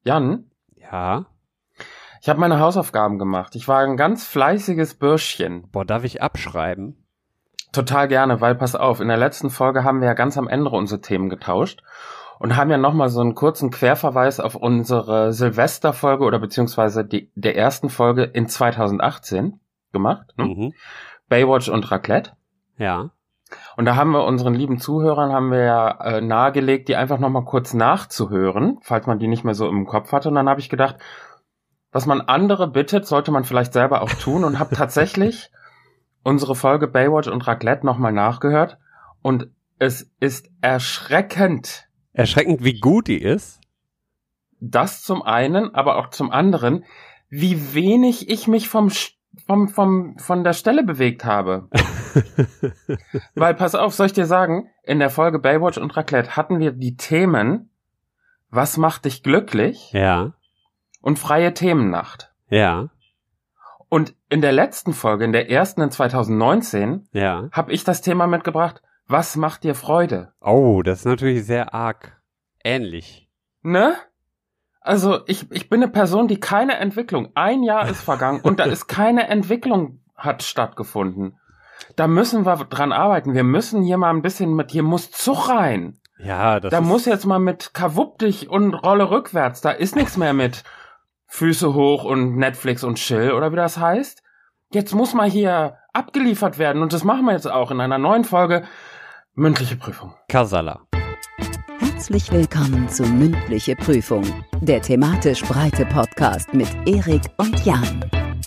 Jan? Ja? Ich habe meine Hausaufgaben gemacht. Ich war ein ganz fleißiges Bürschchen. Boah, darf ich abschreiben? Total gerne, weil pass auf, in der letzten Folge haben wir ja ganz am Ende unsere Themen getauscht und haben ja nochmal so einen kurzen Querverweis auf unsere Silvesterfolge oder beziehungsweise der ersten Folge in 2018 gemacht. Ne? Mhm. Baywatch und Raclette. Ja. Und da haben wir unseren lieben Zuhörern nahegelegt, die einfach nochmal kurz nachzuhören, falls man die nicht mehr so im Kopf hatte. Und dann habe ich gedacht, was man andere bittet, sollte man vielleicht selber auch tun und habe tatsächlich unsere Folge Baywatch und Raclette nochmal nachgehört und es ist erschreckend. Erschreckend, wie gut die ist? Das zum einen, aber auch zum anderen, wie wenig ich mich von der Stelle bewegt habe. Weil, pass auf, soll ich dir sagen, in der Folge Baywatch und Raclette hatten wir die Themen, was macht dich glücklich? Ja. Und freie Themennacht. Ja. Und in der letzten Folge, in der ersten in 2019, Ja. habe ich das Thema mitgebracht, was macht dir Freude? Oh, das ist natürlich sehr arg ähnlich. Ne? Also ich bin eine Person, die keine Entwicklung, ein Jahr ist vergangen und da ist keine Entwicklung hat stattgefunden. Da müssen wir dran arbeiten. Wir müssen hier mal ein bisschen hier muss Zug rein. Ja, das Da ist... muss jetzt mal mit Kawupp dich und Rolle rückwärts. Da ist nichts mehr mit Füße hoch und Netflix und Chill oder wie das heißt. Jetzt muss mal hier abgeliefert werden und das machen wir jetzt auch in einer neuen Folge Mündliche Prüfung. Kasala. Herzlich willkommen zu Mündliche Prüfung, der thematisch breite Podcast mit Erik und Jan.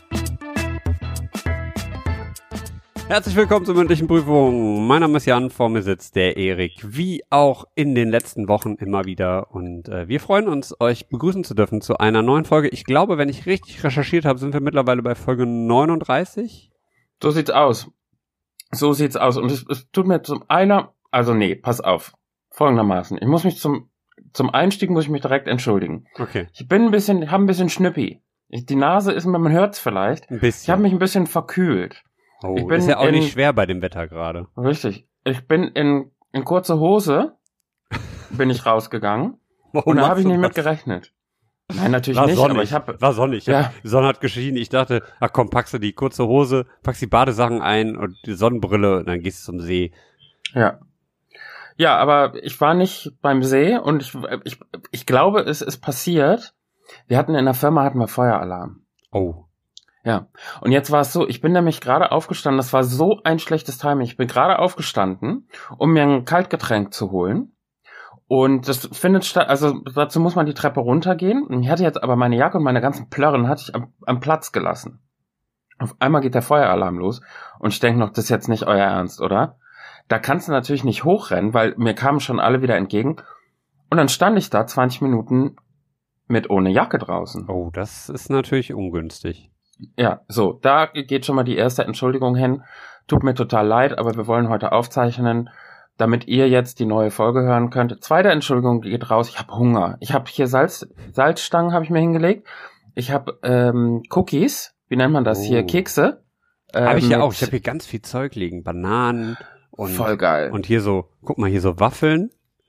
Herzlich willkommen zur mündlichen Prüfung. Mein Name ist Jan, vor mir sitzt der Erik, wie auch in den letzten Wochen immer wieder. Und wir freuen uns, euch begrüßen zu dürfen zu einer neuen Folge. Ich glaube, wenn ich richtig recherchiert habe, sind wir mittlerweile bei Folge 39. So sieht's aus. So sieht's aus. Und es tut mir pass auf. Folgendermaßen. Ich muss mich zum Einstieg muss ich mich direkt entschuldigen. Okay. Ich bin habe ein bisschen Schnüppi. Die Nase ist, man hört's vielleicht. Ein bisschen. Ich habe mich ein bisschen verkühlt. Oh, ich bin ist ja auch nicht schwer bei dem Wetter gerade. Richtig. Ich bin in kurzer Hose bin ich rausgegangen. Und da habe ich nicht mit gerechnet. Nein, natürlich war nicht, sonnig. aber war sonnig. Ja. Die Sonne hat geschienen. Ich dachte, ach komm, packst du die kurze Hose, packst die Badesachen ein und die Sonnenbrille und dann gehst du zum See. Ja. Ja, aber ich war nicht beim See und ich glaube, es ist passiert. In der Firma hatten wir Feueralarm. Oh. Ja. Und jetzt war es so, ich bin nämlich gerade aufgestanden, das war so ein schlechtes Timing. Ich bin gerade aufgestanden, um mir ein Kaltgetränk zu holen. Und das findet statt, also dazu muss man die Treppe runtergehen. Und ich hatte jetzt aber meine Jacke und meine ganzen Plörren hatte ich am Platz gelassen. Auf einmal geht der Feueralarm los und ich denke noch, das ist jetzt nicht euer Ernst, oder? Da kannst du natürlich nicht hochrennen, weil mir kamen schon alle wieder entgegen. Und dann stand ich da 20 Minuten mit ohne Jacke draußen. Oh, das ist natürlich ungünstig. Ja, so, da geht schon mal die erste Entschuldigung hin. Tut mir total leid, aber wir wollen heute aufzeichnen, damit ihr jetzt die neue Folge hören könnt. Zweite Entschuldigung geht raus, ich habe Hunger. Ich habe hier Salzstangen habe ich mir hingelegt. Ich habe Cookies, wie nennt man das hier, Kekse. Habe ich ja auch, ich habe hier ganz viel Zeug liegen, Bananen und voll geil. Und hier so, guck mal, hier so Waffeln.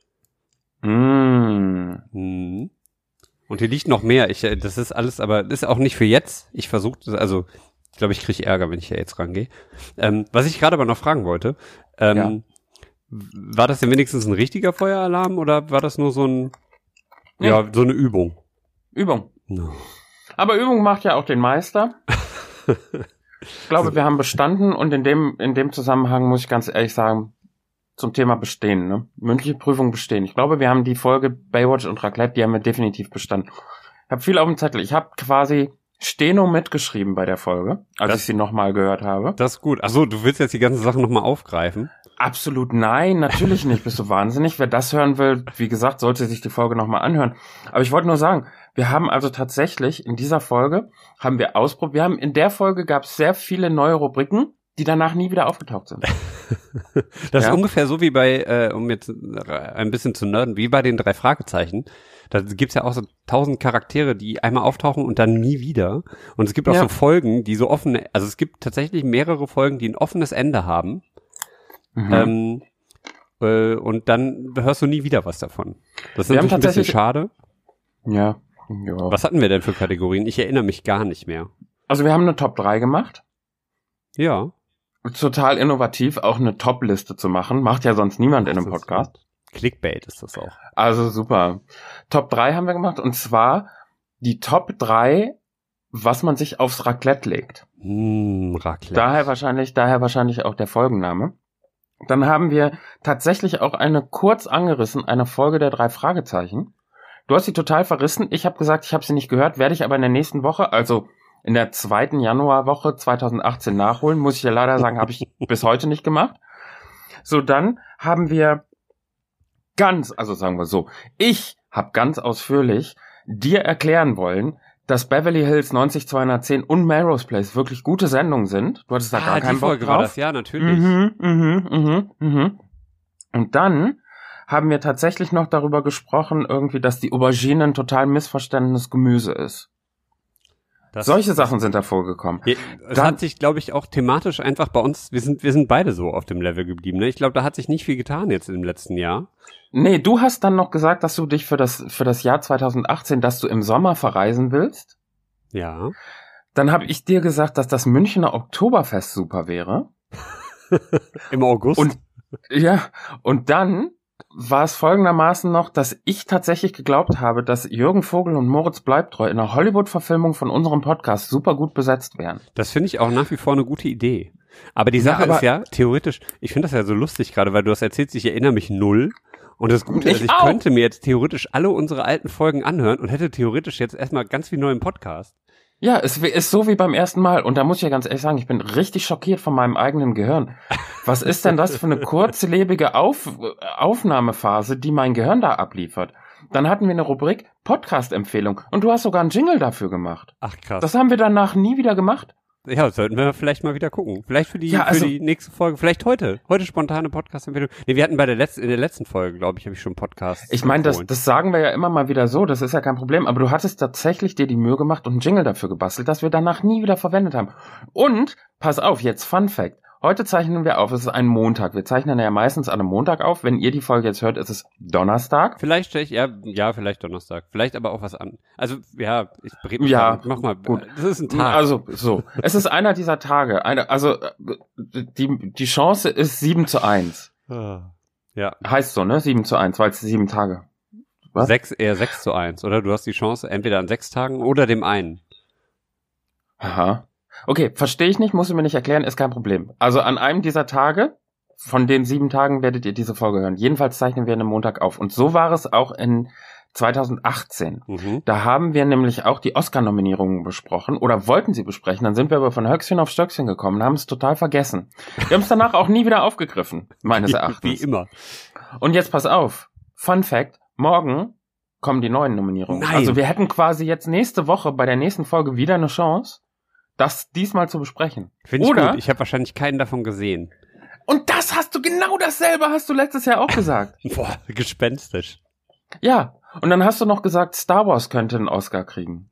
Mm. Und hier liegt noch mehr. Das ist alles, aber das ist auch nicht für jetzt. Ich versuche das, also ich glaube, ich kriege Ärger, wenn ich ja jetzt rangehe. Was ich gerade aber noch fragen wollte, war das denn wenigstens ein richtiger Feueralarm oder war das nur so so eine Übung? Übung. No. Aber Übung macht ja auch den Meister. Ich glaube, wir haben bestanden und in dem Zusammenhang muss ich ganz ehrlich sagen, zum Thema Bestehen, ne? Mündliche Prüfung bestehen. Ich glaube, wir haben die Folge Baywatch und Raclette, die haben wir definitiv bestanden. Ich habe viel auf dem Zettel. Ich habe quasi Steno mitgeschrieben bei der Folge, als ich sie nochmal gehört habe. Das ist gut. Achso, du willst jetzt die ganzen Sachen nochmal aufgreifen? Absolut nein, natürlich nicht. Bist du wahnsinnig? Wer das hören will, wie gesagt, sollte sich die Folge nochmal anhören. Aber ich wollte nur sagen, wir haben also tatsächlich in dieser Folge, in der Folge gab es sehr viele neue Rubriken, die danach nie wieder aufgetaucht sind. Das ist ungefähr so wie bei, um jetzt ein bisschen zu nerden, wie bei den 3 Fragezeichen. Da gibt's ja auch so 1000 Charaktere, die einmal auftauchen und dann nie wieder. Und es gibt auch so Folgen, die so offene, also es gibt tatsächlich mehrere Folgen, die ein offenes Ende haben. Mhm. Und dann hörst du nie wieder was davon. Das ist natürlich ein bisschen schade. Ja, Ja. Was hatten wir denn für Kategorien? Ich erinnere mich gar nicht mehr. Also wir haben eine Top 3 gemacht. Ja. Total innovativ, auch eine Top-Liste zu machen. Macht ja sonst niemand in einem Podcast. Clickbait ist das auch. Also super. Top 3 haben wir gemacht und zwar die Top 3, was man sich aufs Raclette legt. Raclette. Daher wahrscheinlich auch der Folgenname. Dann haben wir tatsächlich auch kurz angerissen, eine Folge der 3 Fragezeichen. Du hast sie total verrissen. Ich habe gesagt, ich habe sie nicht gehört, werde ich aber in der nächsten Woche, also in der 2. Januarwoche 2018 nachholen. Muss ich ja leider sagen, habe ich bis heute nicht gemacht. So, dann haben wir ich habe ganz ausführlich dir erklären wollen, dass Beverly Hills 90210 und Melrose Place wirklich gute Sendungen sind. Du hattest da gar keinen Bock drauf. War das, ja, natürlich. Und dann haben wir tatsächlich noch darüber gesprochen, irgendwie, dass die Aubergine ein total missverstandenes Gemüse ist. Solche Sachen sind da vorgekommen. Es hat sich, glaube ich, auch thematisch einfach bei uns, wir sind beide so auf dem Level geblieben. Ne? Ich glaube, da hat sich nicht viel getan jetzt im letzten Jahr. Nee, du hast dann noch gesagt, dass du dich für das Jahr 2018, dass du im Sommer verreisen willst. Ja. Dann habe ich dir gesagt, dass das Münchner Oktoberfest super wäre. Im August. Und dann war es folgendermaßen noch, dass ich tatsächlich geglaubt habe, dass Jürgen Vogel und Moritz Bleibtreu in einer Hollywood-Verfilmung von unserem Podcast super gut besetzt wären. Das finde ich auch nach wie vor eine gute Idee. Aber die Sache ist ja, theoretisch, ich finde das ja so lustig gerade, weil du das erzählst, ich erinnere mich null. Und das Gute ist, ich könnte mir jetzt theoretisch alle unsere alten Folgen anhören und hätte theoretisch jetzt erstmal ganz viel neuen Podcast. Ja, es ist so wie beim ersten Mal. Und da muss ich ja ganz ehrlich sagen, ich bin richtig schockiert von meinem eigenen Gehirn. Was ist denn das für eine kurzlebige Aufnahmephase, die mein Gehirn da abliefert? Dann hatten wir eine Rubrik Podcast-Empfehlung. Und du hast sogar einen Jingle dafür gemacht. Ach krass. Das haben wir danach nie wieder gemacht. Ja, sollten wir vielleicht mal wieder gucken. Vielleicht für die nächste Folge. Vielleicht heute. Heute spontane Podcast-Empfehlung. Nee, wir hatten in der letzten Folge, glaube ich, habe ich schon Podcasts. Ich meine, das sagen wir ja immer mal wieder so. Das ist ja kein Problem. Aber du hattest tatsächlich dir die Mühe gemacht und einen Jingle dafür gebastelt, dass wir danach nie wieder verwendet haben. Und, pass auf, jetzt Fun Fact. Heute zeichnen wir auf, es ist ein Montag. Wir zeichnen ja meistens an einem Montag auf. Wenn ihr die Folge jetzt hört, ist es Donnerstag. Vielleicht vielleicht Donnerstag. Vielleicht aber auch was an. Also, mach mal. Gut. Das ist ein Tag. Also, so. Es ist einer dieser Tage. Die Chance ist 7:1. Ja. Heißt so, ne? 7:1, weil es 7 Tage. Was? 6:1, oder? Du hast die Chance entweder an 6 Tagen oder dem einen. Aha. Okay, verstehe ich nicht, musst du mir nicht erklären, ist kein Problem. Also an einem dieser Tage, von den 7 Tagen werdet ihr diese Folge hören. Jedenfalls zeichnen wir einen Montag auf. Und so war es auch in 2018. Da haben wir nämlich auch die Oscar-Nominierungen besprochen oder wollten sie besprechen. Dann sind wir aber von Höchstchen auf Stöckchen gekommen und haben es total vergessen. Wir haben es danach auch nie wieder aufgegriffen, meines Erachtens. Wie immer. Und jetzt pass auf. Fun Fact, morgen kommen die neuen Nominierungen. Nein. Also wir hätten quasi jetzt nächste Woche bei der nächsten Folge wieder eine Chance, das diesmal zu besprechen. Finde ich gut. Ich habe wahrscheinlich keinen davon gesehen. Und genau dasselbe hast du letztes Jahr auch gesagt. Boah, gespenstisch. Ja, und dann hast du noch gesagt, Star Wars könnte einen Oscar kriegen.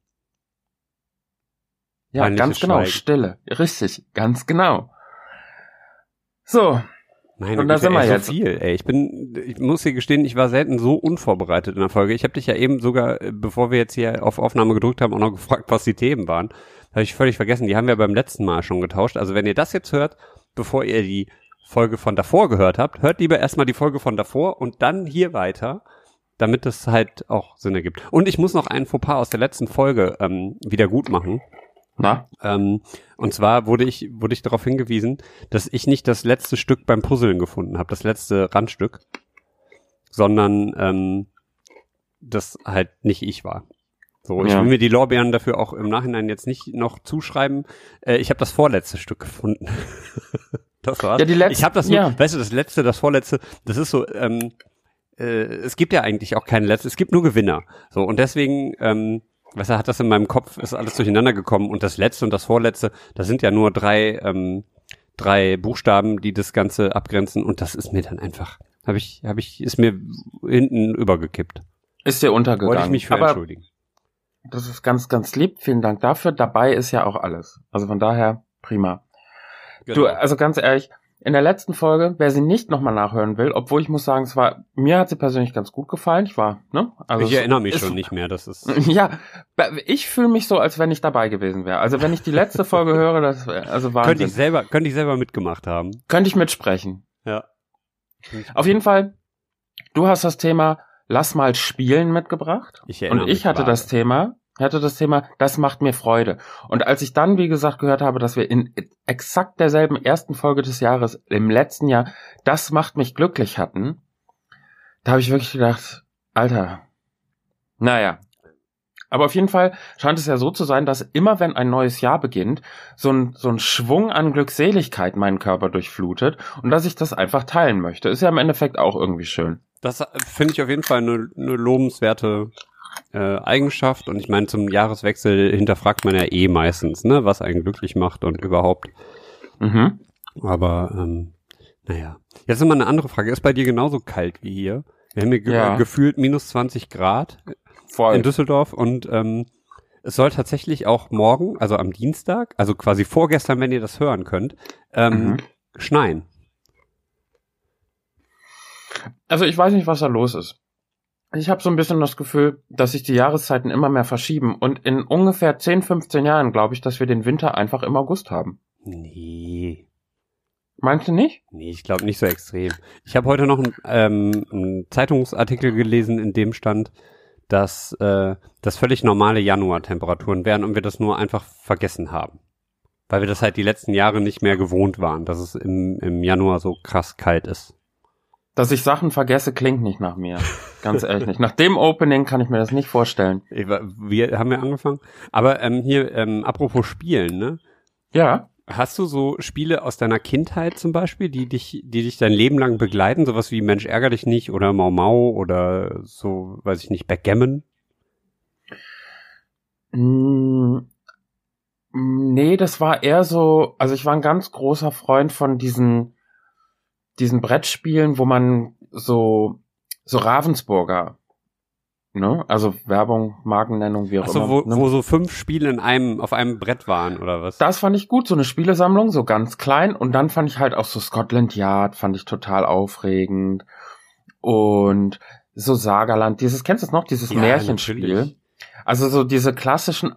Ja, Peinliches ganz genau, Schweigen. Stille. Richtig, ganz genau. So. Meine und da sind wir jetzt. So viel, ey. Ich muss dir gestehen, ich war selten so unvorbereitet in der Folge. Ich habe dich ja eben sogar, bevor wir jetzt hier auf Aufnahme gedrückt haben, auch noch gefragt, was die Themen waren. Habe ich völlig vergessen. Die haben wir beim letzten Mal schon getauscht. Also wenn ihr das jetzt hört, bevor ihr die Folge von davor gehört habt, hört lieber erstmal die Folge von davor und dann hier weiter, damit es halt auch Sinn ergibt. Und ich muss noch einen Fauxpas aus der letzten Folge wieder gut machen. Na? Und zwar wurde ich darauf hingewiesen, dass ich nicht das letzte Stück beim Puzzeln gefunden habe, das letzte Randstück, sondern das halt nicht ich war. So, ich will mir die Lorbeeren dafür auch im Nachhinein jetzt nicht noch zuschreiben. Ich habe das vorletzte Stück gefunden. Das war's. Ja, ich habe das nur, weißt du, das letzte, das vorletzte, das ist so, es gibt ja eigentlich auch kein letztes, es gibt nur Gewinner. So, und deswegen, weißt du, hat das in meinem Kopf, ist alles durcheinander gekommen und das letzte und das vorletzte, das sind ja nur drei Buchstaben, die das Ganze abgrenzen und das ist mir dann einfach, ist mir hinten übergekippt. Ist dir untergegangen. Wollte ich mich für entschuldigen. Das ist ganz, ganz lieb. Vielen Dank dafür. Dabei ist ja auch alles. Also von daher, prima. Genau. Du, also ganz ehrlich, in der letzten Folge, wer sie nicht nochmal nachhören will, obwohl ich muss sagen, mir hat sie persönlich ganz gut gefallen. Ich erinnere mich schon nicht mehr, das ist. Ja, ich fühle mich so, als wenn ich dabei gewesen wäre. Also wenn ich die letzte Folge höre, das wäre, also Wahnsinn. Könnte ich selber mitgemacht haben. Könnte ich mitsprechen. Ja. Auf jeden Fall, du hast das Thema Lass mal spielen mitgebracht. Und ich hatte das Thema, das macht mir Freude. Und als ich dann, wie gesagt, gehört habe, dass wir in exakt derselben ersten Folge des Jahres im letzten Jahr das macht mich glücklich hatten, da habe ich wirklich gedacht, Alter, naja. Aber auf jeden Fall scheint es ja so zu sein, dass immer wenn ein neues Jahr beginnt, so ein Schwung an Glückseligkeit meinen Körper durchflutet und dass ich das einfach teilen möchte. Ist ja im Endeffekt auch irgendwie schön. Das finde ich auf jeden Fall eine lobenswerte Eigenschaft. Und ich meine, zum Jahreswechsel hinterfragt man ja meistens, ne, was einen glücklich macht und überhaupt. Mhm. Aber naja. Jetzt nochmal eine andere Frage. Ist bei dir genauso kalt wie hier? Wir haben hier gefühlt minus 20 Grad Voll. In Düsseldorf und es soll tatsächlich auch morgen, also am Dienstag, also quasi vorgestern, wenn ihr das hören könnt, schneien. Also ich weiß nicht, was da los ist. Ich habe so ein bisschen das Gefühl, dass sich die Jahreszeiten immer mehr verschieben und in ungefähr 10, 15 Jahren glaube ich, dass wir den Winter einfach im August haben. Nee. Meinst du nicht? Nee, ich glaube nicht so extrem. Ich habe heute noch einen Zeitungsartikel gelesen, in dem stand, dass das völlig normale Januartemperaturen wären und wir das nur einfach vergessen haben. Weil wir das halt die letzten Jahre nicht mehr gewohnt waren, dass es im Januar so krass kalt ist. Dass ich Sachen vergesse, klingt nicht nach mir. Ganz ehrlich nicht. Nach dem Opening kann ich mir das nicht vorstellen. Haben wir angefangen? Aber apropos Spielen, ne? Ja. Hast du so Spiele aus deiner Kindheit zum Beispiel, die dich dein Leben lang begleiten? Sowas wie Mensch, ärger dich nicht oder Mau Mau oder so, weiß ich nicht, Backgammon? Nee, das war eher so, also ich war ein ganz großer Freund von diesen Brettspielen, wo man so Ravensburger, ne? Also Werbung, Markennennung, wie auch immer. Wo so 5 Spiele auf einem Brett waren, oder was? Das fand ich gut, so eine Spielesammlung, so ganz klein. Und dann fand ich halt auch so Scotland Yard, fand ich total aufregend. Und so Sagerland, kennst du das noch? Dieses Märchenspiel. Natürlich. Also so diese klassischen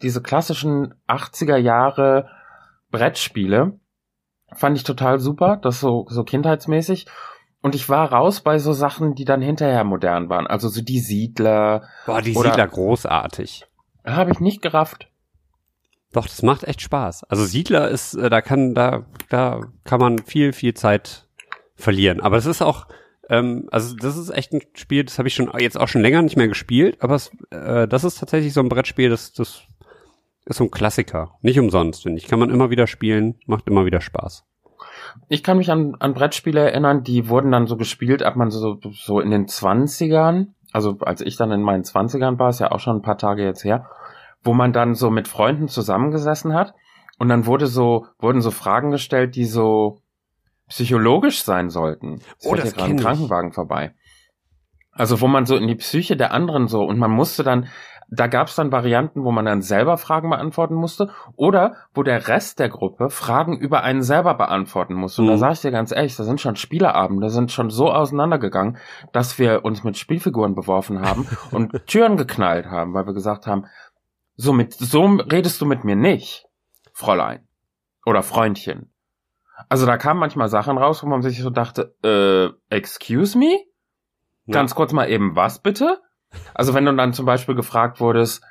80er Jahre Brettspiele fand ich total super, das so kindheitsmäßig. Und ich war raus bei so Sachen, die dann hinterher modern waren. Also so die Siedler. Boah, die Siedler großartig. Habe ich nicht gerafft. Doch, das macht echt Spaß. Also Siedler ist, da kann man viel, viel Zeit verlieren. Aber es ist auch, also das ist echt ein Spiel, das habe ich jetzt auch schon länger nicht mehr gespielt. Aber das ist tatsächlich so ein Brettspiel, das ist so ein Klassiker. Nicht umsonst, finde ich. Kann man immer wieder spielen, macht immer wieder Spaß. Ich kann mich an Brettspiele erinnern, die wurden dann so gespielt, ab man so in den 20ern, also als ich dann in meinen 20ern war, ist ja auch schon ein paar Tage jetzt her, wo man dann so mit Freunden zusammengesessen hat und dann wurden so Fragen gestellt, die so psychologisch sein sollten. Es fährt hier gerade ein Krankenwagen vorbei. Also wo man so in die Psyche der anderen so, und man musste dann, da gab es dann Varianten, wo man dann selber Fragen beantworten musste oder wo der Rest der Gruppe Fragen über einen selber beantworten musste. Und da sage ich dir ganz ehrlich, da sind schon Spieleabende, sind schon so auseinandergegangen, dass wir uns mit Spielfiguren beworfen haben und Türen geknallt haben, weil wir gesagt haben, so redest du mit mir nicht, Fräulein oder Freundchen. Also da kamen manchmal Sachen raus, wo man sich so dachte, excuse me? Ja. Ganz kurz mal eben, was bitte? Also wenn du dann zum Beispiel gefragt wurdest,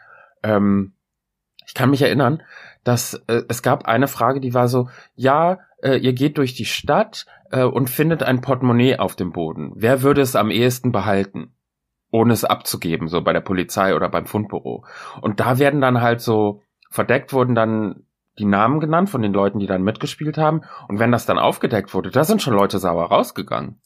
ich kann mich erinnern, dass es gab eine Frage, die war so, ja, ihr geht durch die Stadt und findet ein Portemonnaie auf dem Boden. Wer würde es am ehesten behalten, ohne es abzugeben, so bei der Polizei oder beim Fundbüro? Und da werden dann halt so, verdeckt wurden dann die Namen genannt von den Leuten, die dann mitgespielt haben. Und wenn das dann aufgedeckt wurde, da sind schon Leute sauer rausgegangen.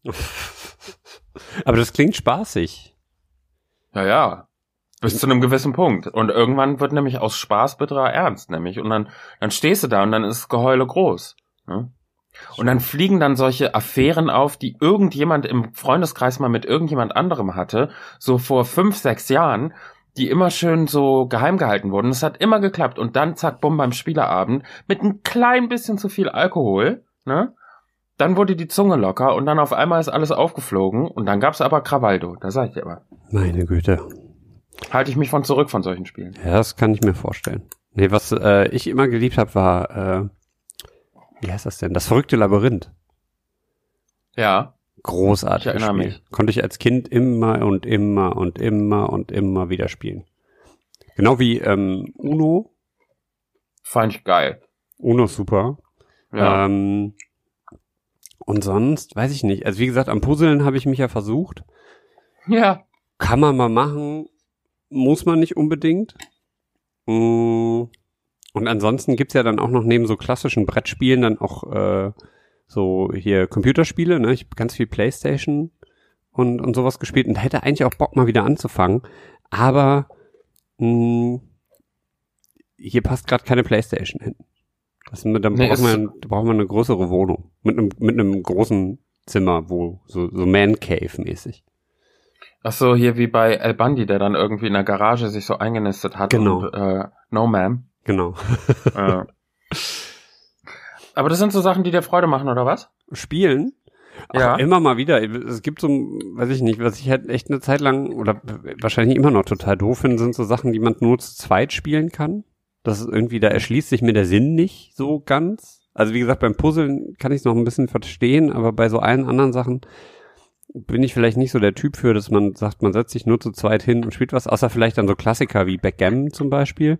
Aber das klingt spaßig. Ja. Bis zu einem gewissen Punkt. Und irgendwann wird nämlich aus Spaß bitterer Ernst, nämlich. Und dann stehst du da und dann ist Geheule groß. Ne? Und dann fliegen dann solche Affären auf, die irgendjemand im Freundeskreis mal mit irgendjemand anderem hatte, so vor 5, 6 Jahren, die immer schön so geheim gehalten wurden. Es hat immer geklappt. Und dann zack, bumm, beim Spieleabend mit ein klein bisschen zu viel Alkohol, ne? dann wurde die Zunge locker und dann auf einmal ist alles aufgeflogen und dann gab's aber Cravaldo, da sag ich dir aber. Meine Güte. Halte ich mich von zurück von solchen Spielen. Ja, das kann ich mir vorstellen. Nee, was ich immer geliebt habe, war, wie heißt das denn? Das verrückte Labyrinth. Ja. Großartig. Ich erinnere mich. Konnte ich als Kind immer und immer und immer und immer wieder spielen. Genau wie Uno. Fand ich geil. Uno ist super. Ja. Und sonst, weiß ich nicht. Also wie gesagt, am Puzzeln habe ich mich ja versucht. Ja. Kann man mal machen. Muss man nicht unbedingt. Und ansonsten gibt's ja dann auch noch neben so klassischen Brettspielen dann auch so hier Computerspiele, ne? Ich habe ganz viel PlayStation und sowas gespielt und hätte eigentlich auch Bock mal wieder anzufangen, aber hier passt gerade keine PlayStation hin. Dann braucht man eine größere Wohnung mit einem großen Zimmer, wo so Man Cave mäßig. Ach so, hier wie bei El Bandi, der dann irgendwie in der Garage sich so eingenistet hat. Genau. Und No Man. Genau. Aber das sind so Sachen, die dir Freude machen, oder was? Spielen? Ja. Ach, immer mal wieder. Es gibt so, weiß ich nicht, was ich halt echt eine Zeit lang oder wahrscheinlich immer noch total doof finde, sind so Sachen, die man nur zu zweit spielen kann. Das ist irgendwie, da erschließt sich mir der Sinn nicht so ganz. Also wie gesagt, beim Puzzeln kann ich es noch ein bisschen verstehen, aber bei so allen anderen Sachen bin ich vielleicht nicht so der Typ für, dass man sagt, man setzt sich nur zu zweit hin und spielt was, außer vielleicht dann so Klassiker wie Backgammon zum Beispiel.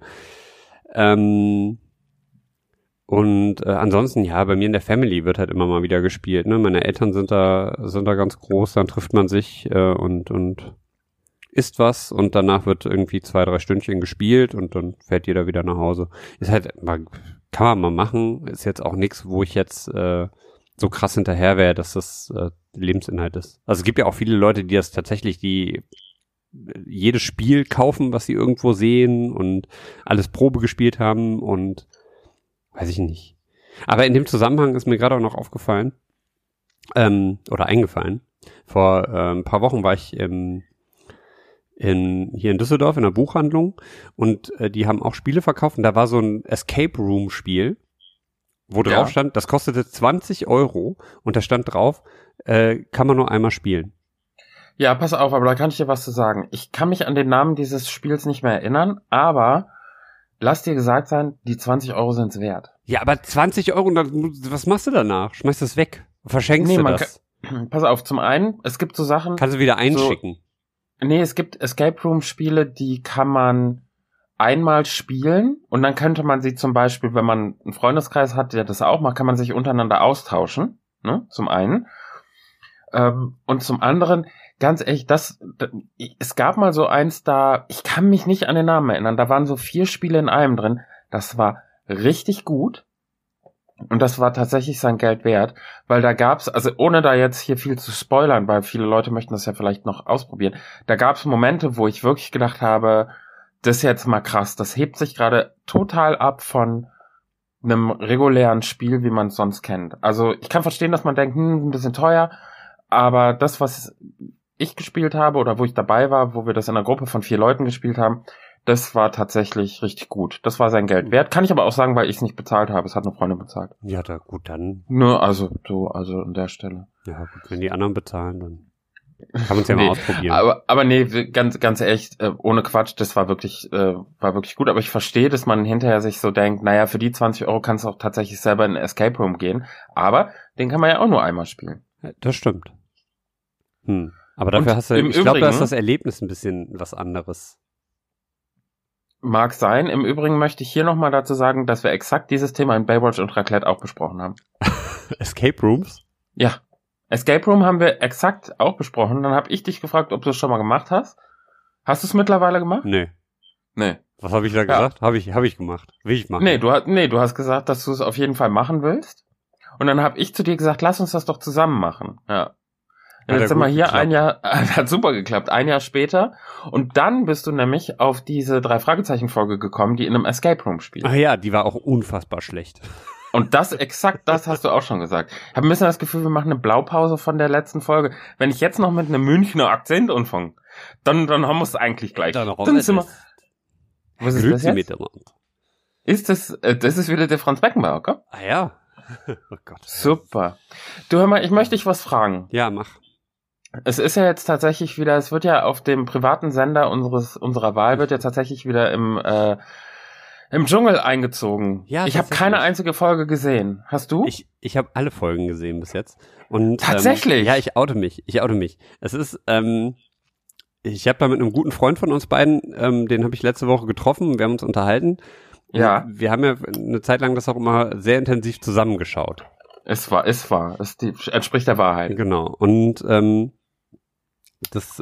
Ansonsten, ja, bei mir in der Family wird halt immer mal wieder gespielt, ne? Meine Eltern sind da ganz groß, dann trifft man sich und isst was und danach wird irgendwie 2-3 Stündchen gespielt und dann fährt jeder wieder nach Hause. Ist halt, kann man mal machen, ist jetzt auch nichts, wo ich jetzt so krass hinterher wäre, dass das Lebensinhalt ist. Also es gibt ja auch viele Leute, die das tatsächlich, die jedes Spiel kaufen, was sie irgendwo sehen und alles Probe gespielt haben und weiß ich nicht. Aber in dem Zusammenhang ist mir gerade auch noch aufgefallen, oder eingefallen. Vor ein paar Wochen war ich hier in Düsseldorf in einer Buchhandlung und die haben auch Spiele verkauft und da war so ein Escape Room Spiel, wo drauf stand, das kostete 20 € und da stand drauf, kann man nur einmal spielen. Ja, pass auf, aber da kann ich dir was zu sagen. Ich kann mich an den Namen dieses Spiels nicht mehr erinnern, aber lass dir gesagt sein, die 20 € sind's wert. Ja, aber 20 €, was machst du danach? Schmeißt das weg? Verschenkst du das? Pass auf, zum einen, es gibt so Sachen... Kannst du wieder einschicken? Es gibt Escape Room Spiele, die kann man einmal spielen und dann könnte man sie zum Beispiel, wenn man einen Freundeskreis hat, der das auch macht, kann man sich untereinander austauschen, ne, zum einen. Und zum anderen, ganz ehrlich, es gab mal so eins da, ich kann mich nicht an den Namen erinnern, da waren so 4 Spiele in einem drin, das war richtig gut und das war tatsächlich sein Geld wert, weil da gab's, also ohne da jetzt hier viel zu spoilern, weil viele Leute möchten das ja vielleicht noch ausprobieren, da gab's Momente, wo ich wirklich gedacht habe, das ist jetzt mal krass, das hebt sich gerade total ab von einem regulären Spiel, wie man es sonst kennt. Also ich kann verstehen, dass man denkt, ein bisschen teuer, aber das, was ich gespielt habe oder wo ich dabei war, wo wir das in einer Gruppe von 4 Leuten gespielt haben, das war tatsächlich richtig gut. Das war sein Geld wert. Kann ich aber auch sagen, weil ich es nicht bezahlt habe. Es hat eine Freundin bezahlt. Ja, gut, dann. Nur, also an der Stelle. Ja, gut, wenn die anderen bezahlen, dann kann man es ja mal ausprobieren. Aber nee, ganz echt, ohne Quatsch, das war wirklich gut. Aber ich verstehe, dass man hinterher sich so denkt, naja, für die 20 € kannst du auch tatsächlich selber in ein Escape Room gehen. Aber den kann man ja auch nur einmal spielen. Ja, das stimmt. Aber dafür hast du, ich glaube, da ist das Erlebnis ein bisschen was anderes. Mag sein. Im Übrigen möchte ich hier nochmal dazu sagen, dass wir exakt dieses Thema in Baywatch und Raclette auch besprochen haben. Escape Rooms? Ja. Escape Room haben wir exakt auch besprochen. Dann habe ich dich gefragt, ob du es schon mal gemacht hast. Hast du es mittlerweile gemacht? Nee. Nee. Was habe ich da gesagt? Habe ich gemacht. Will ich machen. Nee, du hast gesagt, dass du es auf jeden Fall machen willst. Und dann habe ich zu dir gesagt, lass uns das doch zusammen machen. Ja. Und jetzt sind wir hier ein Jahr, hat super geklappt, ein Jahr später. Und dann bist du nämlich auf diese 3-Fragezeichen-Folge gekommen, die in einem Escape Room spielt. Ach ja, die war auch unfassbar schlecht. Und das hast du auch schon gesagt. Ich habe ein bisschen das Gefühl, wir machen eine Blaupause von der letzten Folge. Wenn ich jetzt noch mit einem Münchner Akzent anfange, dann haben wir es eigentlich gleich. Dann sind wir, was ist das jetzt? Miteinander. Das ist wieder der Franz Beckenbauer, gell? Ah ja. Oh Gott. Super. Du, hör mal, ich möchte dich was fragen. Ja, mach. Es ist ja jetzt tatsächlich wieder, es wird ja auf dem privaten Sender unserer Wahl wird ja tatsächlich wieder im Dschungel eingezogen. Ja, ich habe keine einzige Folge gesehen. Hast du? Ich habe alle Folgen gesehen bis jetzt. Und tatsächlich? Ja, ich oute mich. Es ist, ich habe da mit einem guten Freund von uns beiden, den habe ich letzte Woche getroffen, wir haben uns unterhalten. Ja. Wir haben ja eine Zeit lang das auch immer sehr intensiv zusammengeschaut. Es entspricht der Wahrheit. Genau. Und das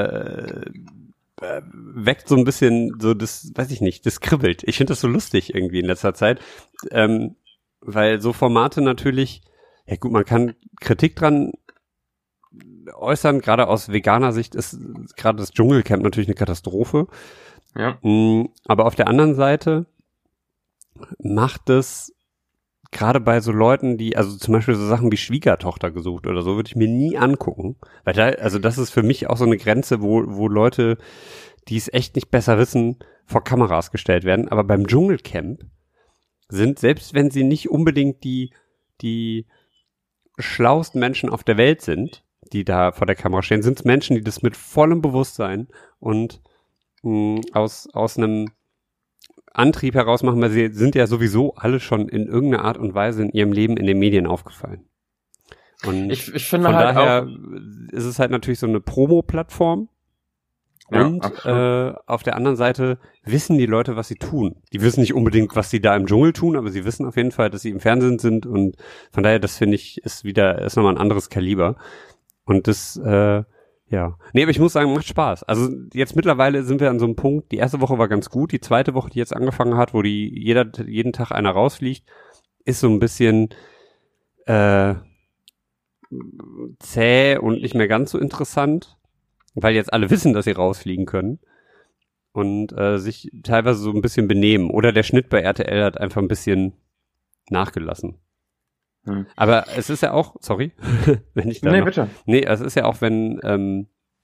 weckt so ein bisschen so das, weiß ich nicht, das kribbelt. Ich finde das so lustig irgendwie in letzter Zeit, weil so Formate natürlich, ja gut, man kann Kritik dran äußern, gerade aus veganer Sicht ist gerade das Dschungelcamp natürlich eine Katastrophe. Ja. Aber auf der anderen Seite macht es gerade bei so Leuten, die, also zum Beispiel so Sachen wie Schwiegertochter gesucht oder so, würde ich mir nie angucken. Weil da, also das ist für mich auch so eine Grenze, wo Leute, die es echt nicht besser wissen, vor Kameras gestellt werden. Aber beim Dschungelcamp sind, selbst wenn sie nicht unbedingt die schlauesten Menschen auf der Welt sind, die da vor der Kamera stehen, sind es Menschen, die das mit vollem Bewusstsein und aus einem Antrieb heraus machen, weil sie sind ja sowieso alle schon in irgendeiner Art und Weise in ihrem Leben in den Medien aufgefallen. Und ich finde von halt daher auch, ist es halt natürlich so eine Promo-Plattform. Ja, und auf der anderen Seite wissen die Leute, was sie tun. Die wissen nicht unbedingt, was sie da im Dschungel tun, aber sie wissen auf jeden Fall, dass sie im Fernsehen sind und von daher, das finde ich, ist nochmal ein anderes Kaliber. Und das, ja. Nee, aber ich muss sagen, macht Spaß. Also jetzt mittlerweile sind wir an so einem Punkt, die erste Woche war ganz gut, die zweite Woche, die jetzt angefangen hat, wo jeden Tag einer rausfliegt, ist so ein bisschen zäh und nicht mehr ganz so interessant, weil jetzt alle wissen, dass sie rausfliegen können und sich teilweise so ein bisschen benehmen. Oder der Schnitt bei RTL hat einfach ein bisschen nachgelassen. Aber es ist ja auch, sorry, wenn ich da bitte. Nee, es ist ja auch, wenn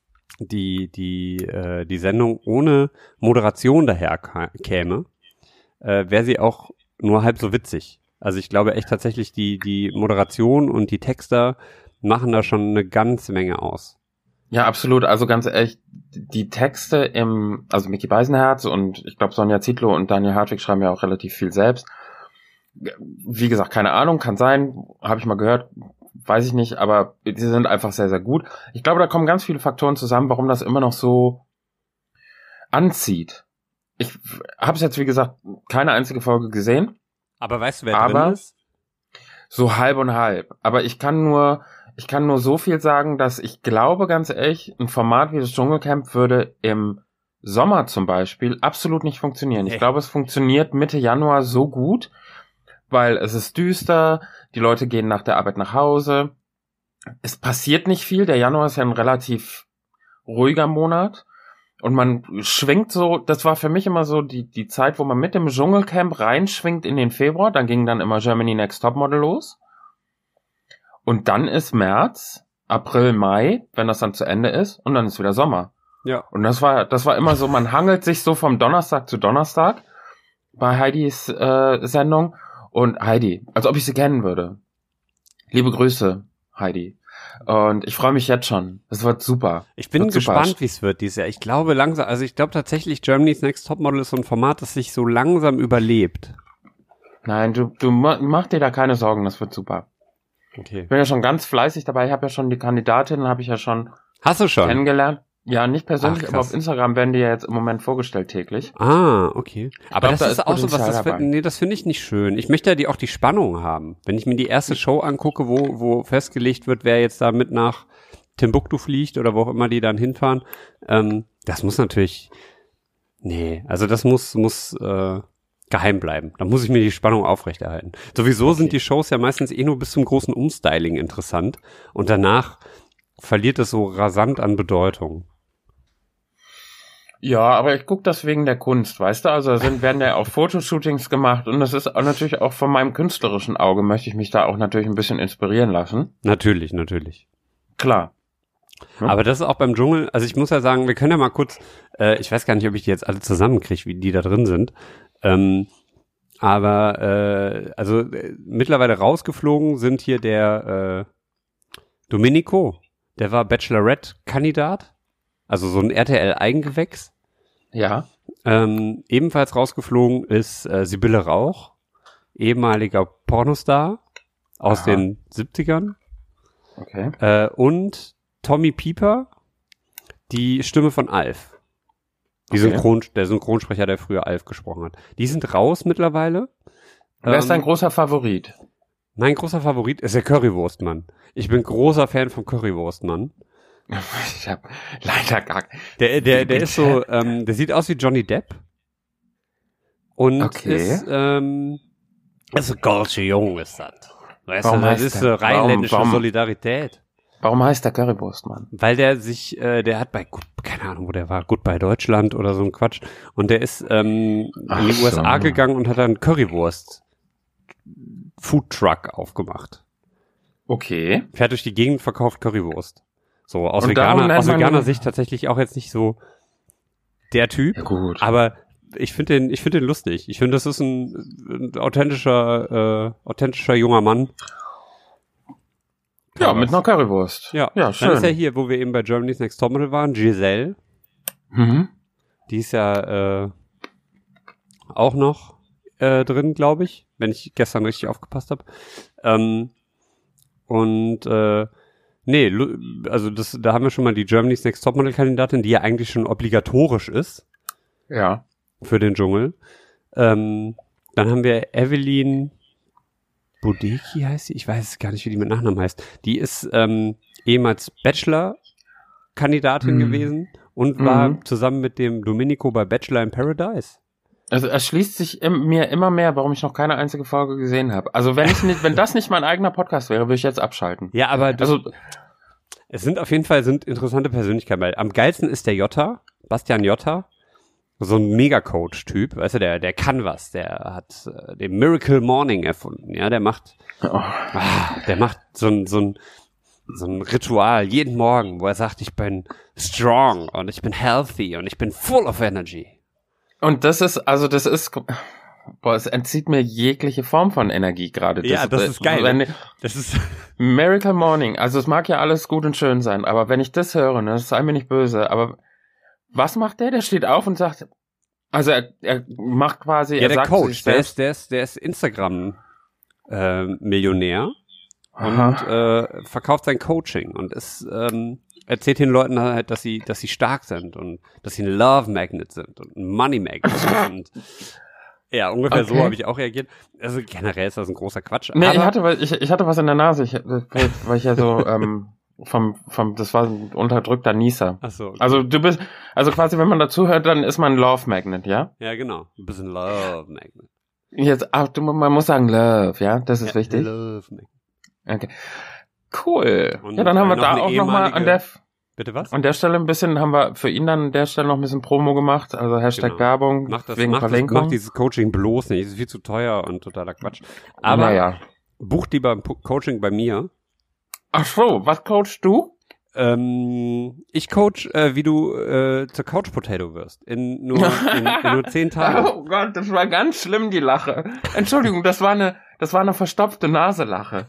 die Sendung ohne Moderation daher käme, wäre sie auch nur halb so witzig. Also ich glaube echt tatsächlich, die Moderation und die Texter machen da schon eine ganze Menge aus. Ja, absolut. Also ganz ehrlich, die Texte also Micky Beisenherz und ich glaube Sonja Zietlow und Daniel Hartwig schreiben ja auch relativ viel selbst. Wie gesagt, keine Ahnung, kann sein, habe ich mal gehört, weiß ich nicht, aber die sind einfach sehr, sehr gut. Ich glaube, da kommen ganz viele Faktoren zusammen, warum das immer noch so anzieht. Ich habe es jetzt, wie gesagt, keine einzige Folge gesehen. Aber weißt du, wer drin ist? So halb und halb. Aber ich kann nur so viel sagen, dass ich glaube, ganz ehrlich, ein Format wie das Dschungelcamp würde im Sommer zum Beispiel absolut nicht funktionieren. Ich glaube, es funktioniert Mitte Januar so gut, weil es ist düster, die Leute gehen nach der Arbeit nach Hause. Es passiert nicht viel. Der Januar ist ja ein relativ ruhiger Monat. Und man schwingt so, das war für mich immer so die Zeit, wo man mit dem Dschungelcamp reinschwingt in den Februar. Dann ging dann immer Germany Next Topmodel los. Und dann ist März, April, Mai, wenn das dann zu Ende ist. Und dann ist wieder Sommer. Ja. Und das war immer so, man hangelt sich so vom Donnerstag zu Donnerstag bei Heidis Sendung. Und Heidi, als ob ich sie kennen würde. Liebe Grüße, Heidi. Und ich freue mich jetzt schon. Es wird super. Ich bin gespannt, wie es wird dieses Jahr. Ich glaube tatsächlich, Germany's Next Topmodel ist so ein Format, das sich so langsam überlebt. Nein, du mach dir da keine Sorgen, das wird super. Okay. Ich bin ja schon ganz fleißig dabei. Ich habe ja schon die Kandidatinnen, Hast du schon? Kennengelernt. Ja, nicht persönlich, Ach, aber auf Instagram werden die ja jetzt im Moment vorgestellt täglich. Ah, okay. Aber glaub, das ist auch so was, das finde ich nicht schön. Ich möchte ja auch die Spannung haben. Wenn ich mir die erste Show angucke, wo festgelegt wird, wer jetzt da mit nach Timbuktu fliegt oder wo auch immer die dann hinfahren, das muss natürlich, also das muss geheim bleiben. Da muss ich mir die Spannung aufrechterhalten. Sowieso sind die Shows ja meistens nur bis zum großen Umstyling interessant und danach verliert es so rasant an Bedeutung. Ja, aber ich gucke das wegen der Kunst, weißt du? Also werden ja auch Fotoshootings gemacht und das ist auch natürlich auch von meinem künstlerischen Auge möchte ich mich da auch natürlich ein bisschen inspirieren lassen. Natürlich. Klar. Ja. Aber das ist auch beim Dschungel, also ich muss ja sagen, wir können ja mal kurz, ich weiß gar nicht, ob ich die jetzt alle zusammenkriege, wie die da drin sind, Aber mittlerweile rausgeflogen sind hier der Domenico, der war Bachelorette-Kandidat, also so ein RTL-Eigengewächs. Ja. Ebenfalls rausgeflogen ist Sibylle Rauch, ehemaliger Pornostar aus den 70ern. Okay. Und Tommy Pieper, die Stimme von Alf. Der Synchronsprecher, der früher Alf gesprochen hat. Die sind raus mittlerweile. Wer ist dein großer Favorit? Mein großer Favorit ist der Currywurstmann. Ich bin großer Fan vom Currywurstmann. Ich hab leider gar... Der ist so, der sieht aus wie Johnny Depp. Und ist ein goldsche Jung ist das. Weißt du, das ist rheinländische Solidarität. Warum heißt der Currywurstmann? Weil der sich, der hat bei, keine Ahnung, wo der war, Goodbye Deutschland oder so ein Quatsch. Und der ist in die USA gegangen und hat dann Currywurst Foodtruck aufgemacht. Okay. Fährt durch die Gegend, verkauft Currywurst. So, aus veganer Sicht tatsächlich auch jetzt nicht so der Typ. Ja, gut. Aber ich finde den lustig. Ich finde, das ist ein authentischer junger Mann. Ja, mit einer Currywurst. Ja, schön. Dann ist ja hier, wo wir eben bei Germany's Next Topmodel waren, Giselle. Mhm. Die ist ja auch noch drin, glaube ich, wenn ich gestern richtig aufgepasst habe. Da haben wir schon mal die Germany's Next Topmodel-Kandidatin, die ja eigentlich schon obligatorisch ist. Ja. Für den Dschungel. Dann haben wir Evelyn Bodeki heißt sie? Ich weiß gar nicht, wie die mit Nachnamen heißt. Die ist ehemals Bachelor-Kandidatin gewesen und war zusammen mit dem Domenico bei Bachelor in Paradise. Also es schließt sich mir immer mehr, warum ich noch keine einzige Folge gesehen habe. Also wenn das nicht mein eigener Podcast wäre, würde ich jetzt abschalten. Ja, aber es sind auf jeden Fall interessante Persönlichkeiten. Weil am geilsten ist der Jotta, Bastian Jotta. So ein Mega-Coach-Typ, weißt du, der kann was, der hat den Miracle Morning erfunden, ja, der macht so ein Ritual jeden Morgen, wo er sagt, ich bin strong und ich bin healthy und ich bin full of energy. Und es entzieht mir jegliche Form von Energie gerade. Ja, das ist geil. Das ist Miracle Morning, also es mag ja alles gut und schön sein, aber wenn ich das höre, ne, sei mir nicht böse, aber was macht der? Der steht auf und sagt, also er macht quasi, ja, der Coach, der ist Instagram Millionär und verkauft sein Coaching und erzählt den Leuten halt, dass sie stark sind und dass sie ein Love Magnet sind und ein Money Magnet und ja, ungefähr so habe ich auch reagiert. Also generell ist das ein großer Quatsch. Nee, ich hatte was in der Nase, weil ich ja so das war ein unterdrückter Nieser. Ach so. Okay. Also quasi, wenn man dazu hört, dann ist man ein Love Magnet, ja? Ja, genau. Ein bisschen Love Magnet. Jetzt, man muss sagen Love, ja? Das ist wichtig. Love Magnet. Okay. Cool. Und ja, dann haben wir da auch nochmal Bitte was? An der Stelle haben wir für ihn dann an der Stelle noch ein bisschen Promo gemacht, also Hashtag Werbung, Verlinkung. Macht dieses Coaching bloß nicht, ist viel zu teuer und totaler Quatsch. Aber bucht lieber ein Coaching bei mir. Ach so, was coachst du? Ich coach, wie du zur Couch Potato wirst. In nur 10 Tagen. Oh Gott, das war ganz schlimm, die Lache. Entschuldigung, das war eine verstopfte Naselache.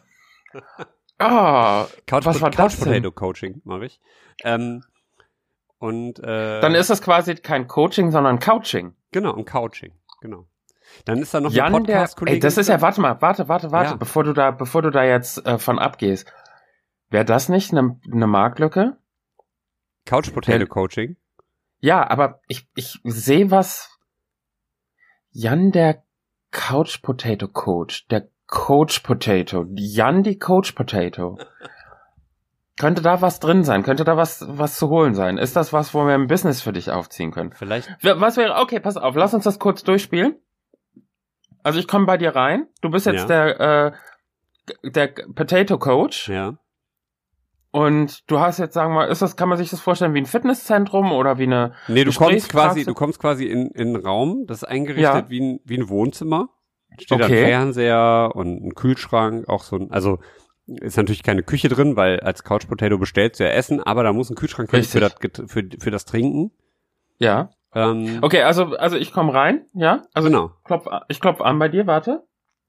Couch Potato Coaching mache ich. Dann ist das quasi kein Coaching, sondern Couching. Genau, ein Couching, genau. Dann ist da noch Jan, ein Podcast-Kollege. Das ist ja, warte, ja. bevor du da jetzt von abgehst. Wäre das nicht eine Marktlücke? Couch Potato Coaching? Ja, aber ich sehe was. Jan, der Couch Potato Coach, der Coach Potato, Jan, die Coach Potato. Könnte da was drin sein? Könnte da was zu holen sein? Ist das was, wo wir ein Business für dich aufziehen können? Vielleicht. Was wäre, okay, pass auf, lass uns das kurz durchspielen. Also ich komme bei dir rein. Du bist jetzt der Potato Coach. Ja. Und du hast jetzt, sagen wir mal, kann man sich das vorstellen wie ein Fitnesszentrum oder wie eine Nee, du kommst quasi in einen Raum, das ist eingerichtet wie ein Wohnzimmer. Steht da ein Fernseher und ein Kühlschrank, auch so ein, also ist natürlich keine Küche drin, weil als Couch Potato bestellst du ja Essen, aber da muss ein Kühlschrank hin für das Trinken. Ja. Okay, also ich komme rein, ja? Also genau. Ich klopf an bei dir, warte.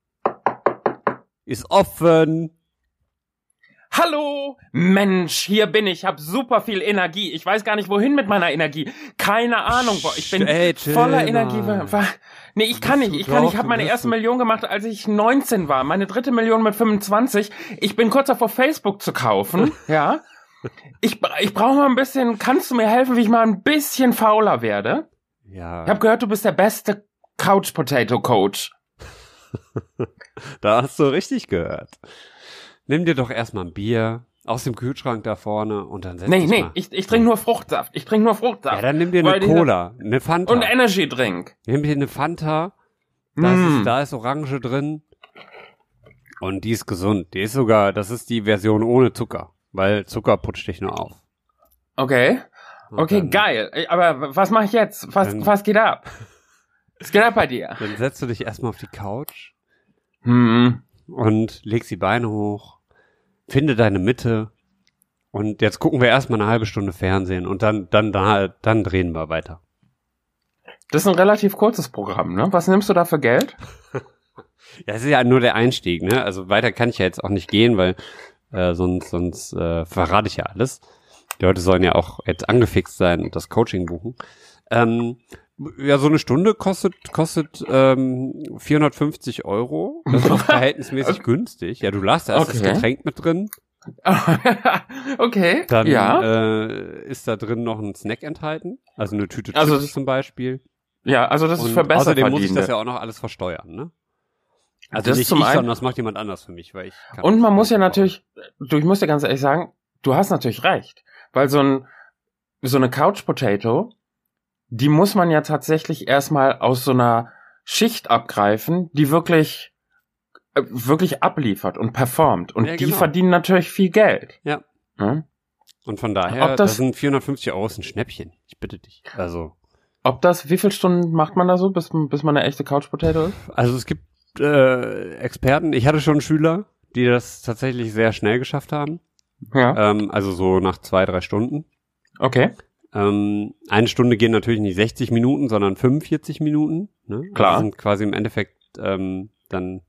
Ist offen. Hallo, Mensch, hier bin ich, hab super viel Energie. Ich weiß gar nicht, wohin mit meiner Energie. Keine Ahnung, ich bin voller Energie. Nee, ich kann nicht. Ich habe meine erste Million gemacht, als ich 19 war. Meine dritte Million mit 25. Ich bin kurz davor, Facebook zu kaufen, ja. Ich brauche mal ein bisschen, kannst du mir helfen, wie ich mal ein bisschen fauler werde? Ja. Ich habe gehört, du bist der beste Couch Potato Coach. Da hast du richtig gehört. Nimm dir doch erstmal ein Bier aus dem Kühlschrank da vorne und dann setz dich mal. Ich trinke nur Fruchtsaft. Ja, dann nimm dir eine Cola, eine Fanta. Und Energy Drink. Nimm dir eine Fanta. Da ist Orange drin. Und die ist gesund. Das ist die Version ohne Zucker. Weil Zucker putscht dich nur auf. Okay. Okay, dann, geil. Aber was mache ich jetzt? Was geht ab? Was geht ab bei dir? Dann setzt du dich erstmal auf die Couch. Und legst die Beine hoch. Finde deine Mitte. Und jetzt gucken wir erstmal eine halbe Stunde Fernsehen. Und dann drehen wir weiter. Das ist ein relativ kurzes Programm, ne? Was nimmst du da für Geld? Ja, es ist ja nur der Einstieg, ne? Also weiter kann ich ja jetzt auch nicht gehen, weil sonst verrate ich ja alles. Die Leute sollen ja auch jetzt angefixt sein und das Coaching buchen. Ja, so eine Stunde kostet 450 €. Das ist auch verhältnismäßig günstig. Ja, du lässt erst das Getränk mit drin. Okay, dann ist da drin noch ein Snack enthalten. Also eine Tüte Chips zum Beispiel. Ja, also das ist für besser außerdem muss ich das ja auch noch alles versteuern, ne? Also das nicht ich, sondern das macht jemand anders für mich, weil ich kann. Und man muss ja natürlich, ich muss dir ganz ehrlich sagen, du hast natürlich recht, weil so eine Couch Potato, die muss man ja tatsächlich erstmal aus so einer Schicht abgreifen, die wirklich abliefert und performt. Und die verdienen natürlich viel Geld. Ja. Hm? Und von daher, das sind 450 € ist ein Schnäppchen. Ich bitte dich. Also. Wie viele Stunden macht man da so, bis man eine echte Couch Potato ist? Also es gibt Experten. Ich hatte schon Schüler, die das tatsächlich sehr schnell geschafft haben. Ja. Also so nach 2-3 Stunden. Okay. Eine Stunde gehen natürlich nicht 60 Minuten, sondern 45 Minuten. Ne? Klar. Das sind quasi im Endeffekt dann 10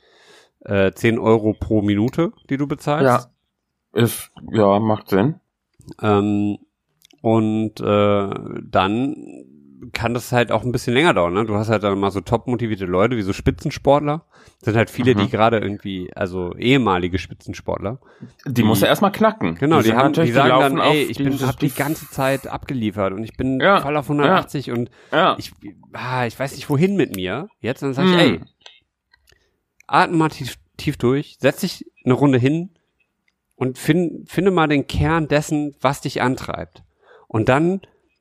€ pro Minute, die du bezahlst. Ja, macht Sinn. Und dann kann das halt auch ein bisschen länger dauern, ne? Du hast halt dann mal so top motivierte Leute, wie so Spitzensportler. Das sind halt viele, die gerade irgendwie, also ehemalige Spitzensportler. Die muss er erstmal knacken. Genau, die sagen dann, ey, ich hab die ganze Zeit abgeliefert und ich bin voll auf 180 und ich weiß nicht wohin mit mir. Jetzt, dann sag ich, ey, atme mal tief durch, setz dich eine Runde hin und finde mal den Kern dessen, was dich antreibt. Und dann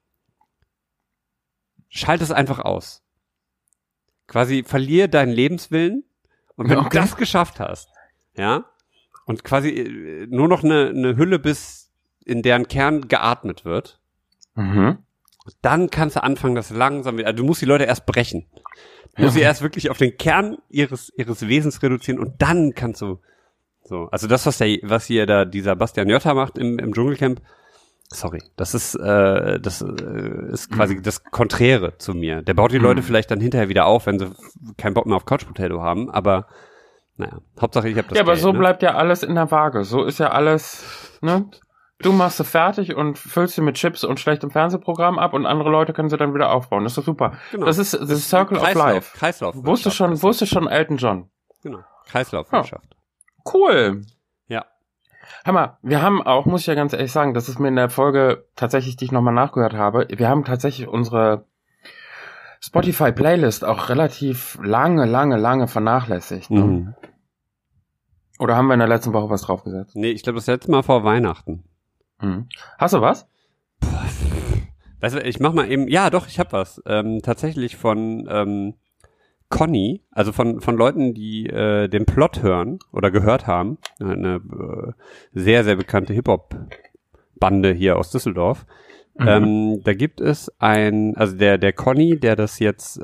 schalt es einfach aus. Quasi verlier deinen Lebenswillen und wenn du das geschafft hast, ja, und quasi nur noch eine Hülle bis in deren Kern geatmet wird, dann kannst du anfangen, das langsam wieder, also du musst die Leute erst brechen. Du musst sie erst wirklich auf den Kern ihres Wesens reduzieren und dann kannst du so, also das, was hier da dieser Bastian Jotta macht im Dschungelcamp, sorry, das ist quasi das Konträre zu mir. Der baut die Leute vielleicht dann hinterher wieder auf, wenn sie keinen Bock mehr auf Couch Potato haben, aber naja, Hauptsache ich habe das Ja, aber Geld, so ne? bleibt ja alles in der Waage. So ist ja alles, ne? Du machst sie fertig und füllst sie mit Chips und schlechtem Fernsehprogramm ab und andere Leute können sie dann wieder aufbauen. Das ist doch super. Genau. Das ist Circle of Life. Kreislaufwirtschaft. Wusste schon Elton John. Genau. Kreislaufwirtschaft. Cool. Ja. Hör mal, wir haben auch, muss ich ja ganz ehrlich sagen, das ist mir in der Folge tatsächlich, die ich nochmal nachgehört habe, wir haben tatsächlich unsere Spotify-Playlist auch relativ lange vernachlässigt. Ne? Oder haben wir in der letzten Woche was draufgesetzt? Nee, ich glaube, das letzte Mal vor Weihnachten. Hast du was? Weißt du, ich mach mal eben, ja doch, ich hab was. Tatsächlich von Conny, also von Leuten, die den Plot hören oder gehört haben, eine sehr, sehr bekannte Hip-Hop-Bande hier aus Düsseldorf. Da gibt es also der Conny, der das jetzt,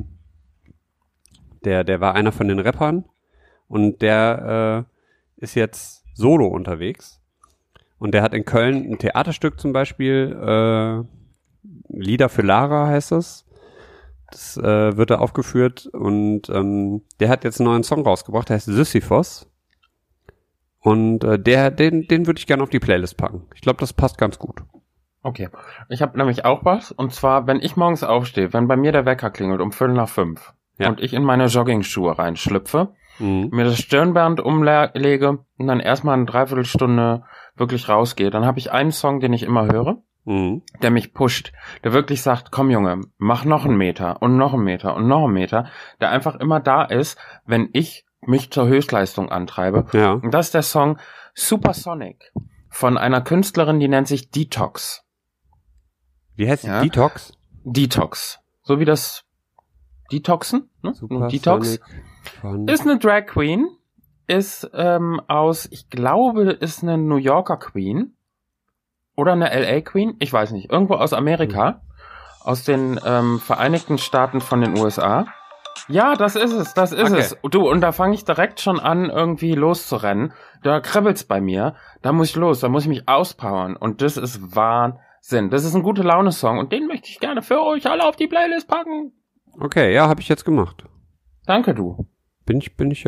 der war einer von den Rappern und der ist jetzt solo unterwegs und der hat in Köln ein Theaterstück zum Beispiel Lieder für Lara heißt es. Das wird da aufgeführt und der hat jetzt einen neuen Song rausgebracht, der heißt Sisyphos. Und den würde ich gerne auf die Playlist packen. Ich glaube, das passt ganz gut. Okay. Ich habe nämlich auch was. Und zwar, wenn ich morgens aufstehe, wenn bei mir der Wecker klingelt um 4:45 und ich in meine Joggingschuhe reinschlüpfe, mir das Stirnband umlege und dann erstmal eine Dreiviertelstunde wirklich rausgehe, dann habe ich einen Song, den ich immer höre, der mich pusht, der wirklich sagt, komm Junge, mach noch einen Meter und noch einen Meter und noch einen Meter, der einfach immer da ist, wenn ich mich zur Höchstleistung antreibe. Ja. Und das ist der Song Supersonic von einer Künstlerin, die nennt sich Detox. Wie heißt die? Detox? Detox. So wie das Detoxen, ne? Detox. Ist eine Drag Queen, ist ich glaube, ist eine New Yorker Queen oder eine LA Queen, ich weiß nicht, irgendwo aus Amerika, aus den Vereinigten Staaten von den USA. Ja, das ist es. Du, und da fange ich direkt schon an, irgendwie loszurennen. Da kribbelt's bei mir, da muss ich los, da muss ich mich auspowern und das ist Wahnsinn. Das ist ein gute Laune-Song und den möchte ich gerne für euch alle auf die Playlist packen. Okay, ja, habe ich jetzt gemacht. Danke, du. Bin ich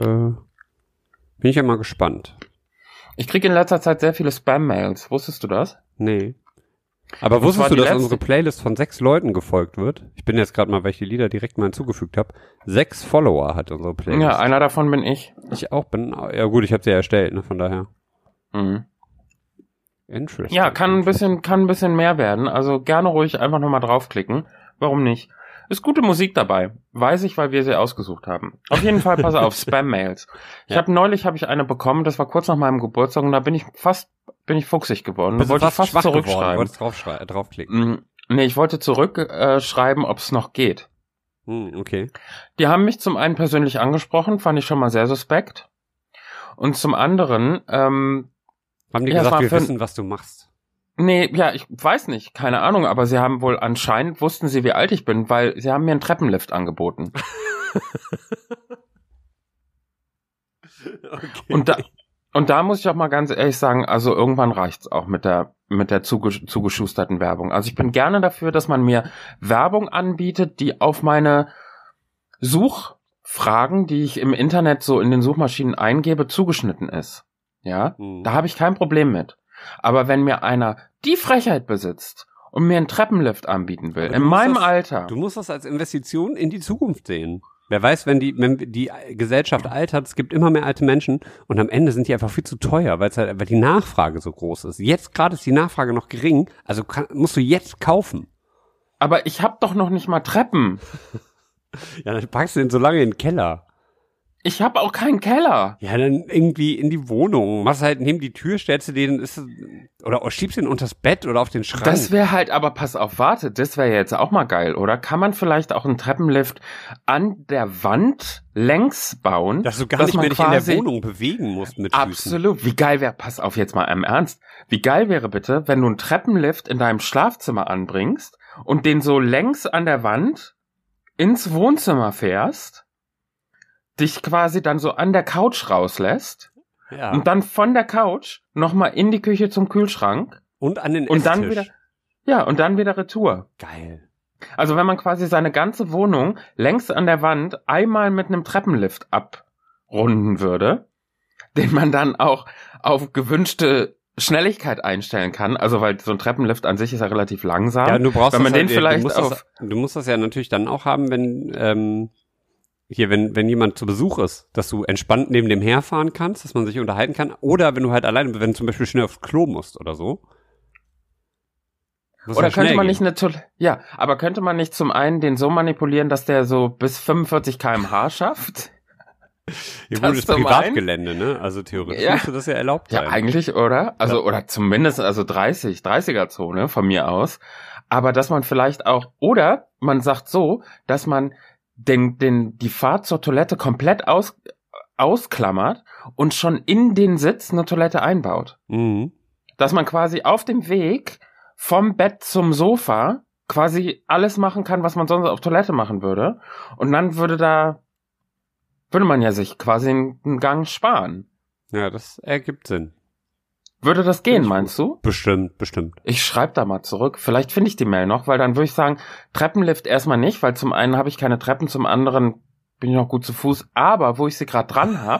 ja mal gespannt. Ich kriege in letzter Zeit sehr viele Spam-Mails. Wusstest du das? Nee. Aber wusstest du, dass unsere Playlist von 6 Leuten gefolgt wird? Ich bin jetzt gerade mal, weil ich die Lieder direkt mal hinzugefügt habe. 6 Follower hat unsere Playlist. Ja, einer davon bin ich. Ich auch bin. Ja gut, ich habe sie ja erstellt, ne, von daher. Interesting. Ja, kann ein bisschen mehr werden. Also gerne ruhig einfach nochmal draufklicken. Warum nicht? Ist gute Musik dabei. Weiß ich, weil wir sie ausgesucht haben. Auf jeden Fall, pass auf, Spam-Mails. Neulich habe ich eine bekommen, das war kurz nach meinem Geburtstag und da bin ich fuchsig geworden. Da wollte ich fast zurückschreiben. Du wolltest draufklicken. Nee, ich wollte zurückschreiben, ob es noch geht. Okay. Die haben mich zum einen persönlich angesprochen, fand ich schon mal sehr suspekt. Und zum anderen, haben die gesagt, wir wissen, was du machst? Nee, ja, ich weiß nicht, keine Ahnung, aber sie haben wohl anscheinend, wussten sie, wie alt ich bin, weil sie haben mir einen Treppenlift angeboten. Okay. Und da muss ich auch mal ganz ehrlich sagen, also irgendwann reicht's auch mit der zugeschusterten Werbung. Also ich bin gerne dafür, dass man mir Werbung anbietet, die auf meine Suchfragen, die ich im Internet so in den Suchmaschinen eingebe, zugeschnitten ist. Ja, da habe ich kein Problem mit. Aber wenn mir einer die Frechheit besitzt und mir einen Treppenlift anbieten will, in meinem Alter. Du musst das als Investition in die Zukunft sehen. Wer weiß, wenn die Gesellschaft altert, es gibt immer mehr alte Menschen und am Ende sind die einfach viel zu teuer, weil die Nachfrage so groß ist. Jetzt gerade ist die Nachfrage noch gering, also musst du jetzt kaufen. Aber ich hab doch noch nicht mal Treppen. Ja, dann packst du den so lange in den Keller. Ich habe auch keinen Keller. Ja, dann irgendwie in die Wohnung. Machst halt neben die Tür, stellst du den, oder schiebst den unters Bett oder auf den Schrank. Das wäre halt, aber pass auf, warte, das wäre jetzt auch mal geil, oder? Kann man vielleicht auch einen Treppenlift an der Wand längs bauen? Dass du gar nicht mehr dich in der Wohnung bewegen musst mit Füßen. Absolut. Wie geil wäre, pass auf jetzt mal im Ernst, wie geil wäre bitte, wenn du einen Treppenlift in deinem Schlafzimmer anbringst und den so längs an der Wand ins Wohnzimmer fährst, dich quasi dann so an der Couch rauslässt und dann von der Couch nochmal in die Küche zum Kühlschrank und an den Esstisch. Und dann wieder Retour. Geil. Also wenn man quasi seine ganze Wohnung längs an der Wand einmal mit einem Treppenlift abrunden würde, den man dann auch auf gewünschte Schnelligkeit einstellen kann, also weil so ein Treppenlift an sich ist ja relativ langsam. Ja, du brauchst wenn man den vielleicht du musst das ja natürlich dann auch haben, wenn wenn jemand zu Besuch ist, dass du entspannt neben dem herfahren kannst, dass man sich unterhalten kann, oder wenn du halt alleine, wenn du zum Beispiel schnell aufs Klo musst oder so. Oder könnte man nicht aber könnte man nicht zum einen den so manipulieren, dass der so bis 45 km/h schafft? Ja gut, das ist Privatgelände, ne? Also theoretisch müsste das ja erlaubt sein. Ja, eigentlich, oder? Also, oder zumindest, 30er-Zone von mir aus. Aber dass man vielleicht auch, oder man sagt so, dass man die Fahrt zur Toilette komplett ausklammert und schon in den Sitz eine Toilette einbaut. Dass man quasi auf dem Weg vom Bett zum Sofa quasi alles machen kann, was man sonst auf Toilette machen würde. Und dann würde man ja sich quasi einen Gang sparen. Ja, das ergibt Sinn. Würde das gehen, meinst du? Bestimmt. Ich schreibe da mal zurück. Vielleicht finde ich die Mail noch, weil dann würde ich sagen, Treppenlift erstmal nicht, weil zum einen habe ich keine Treppen, zum anderen bin ich noch gut zu Fuß. Aber wo ich sie gerade dran habe,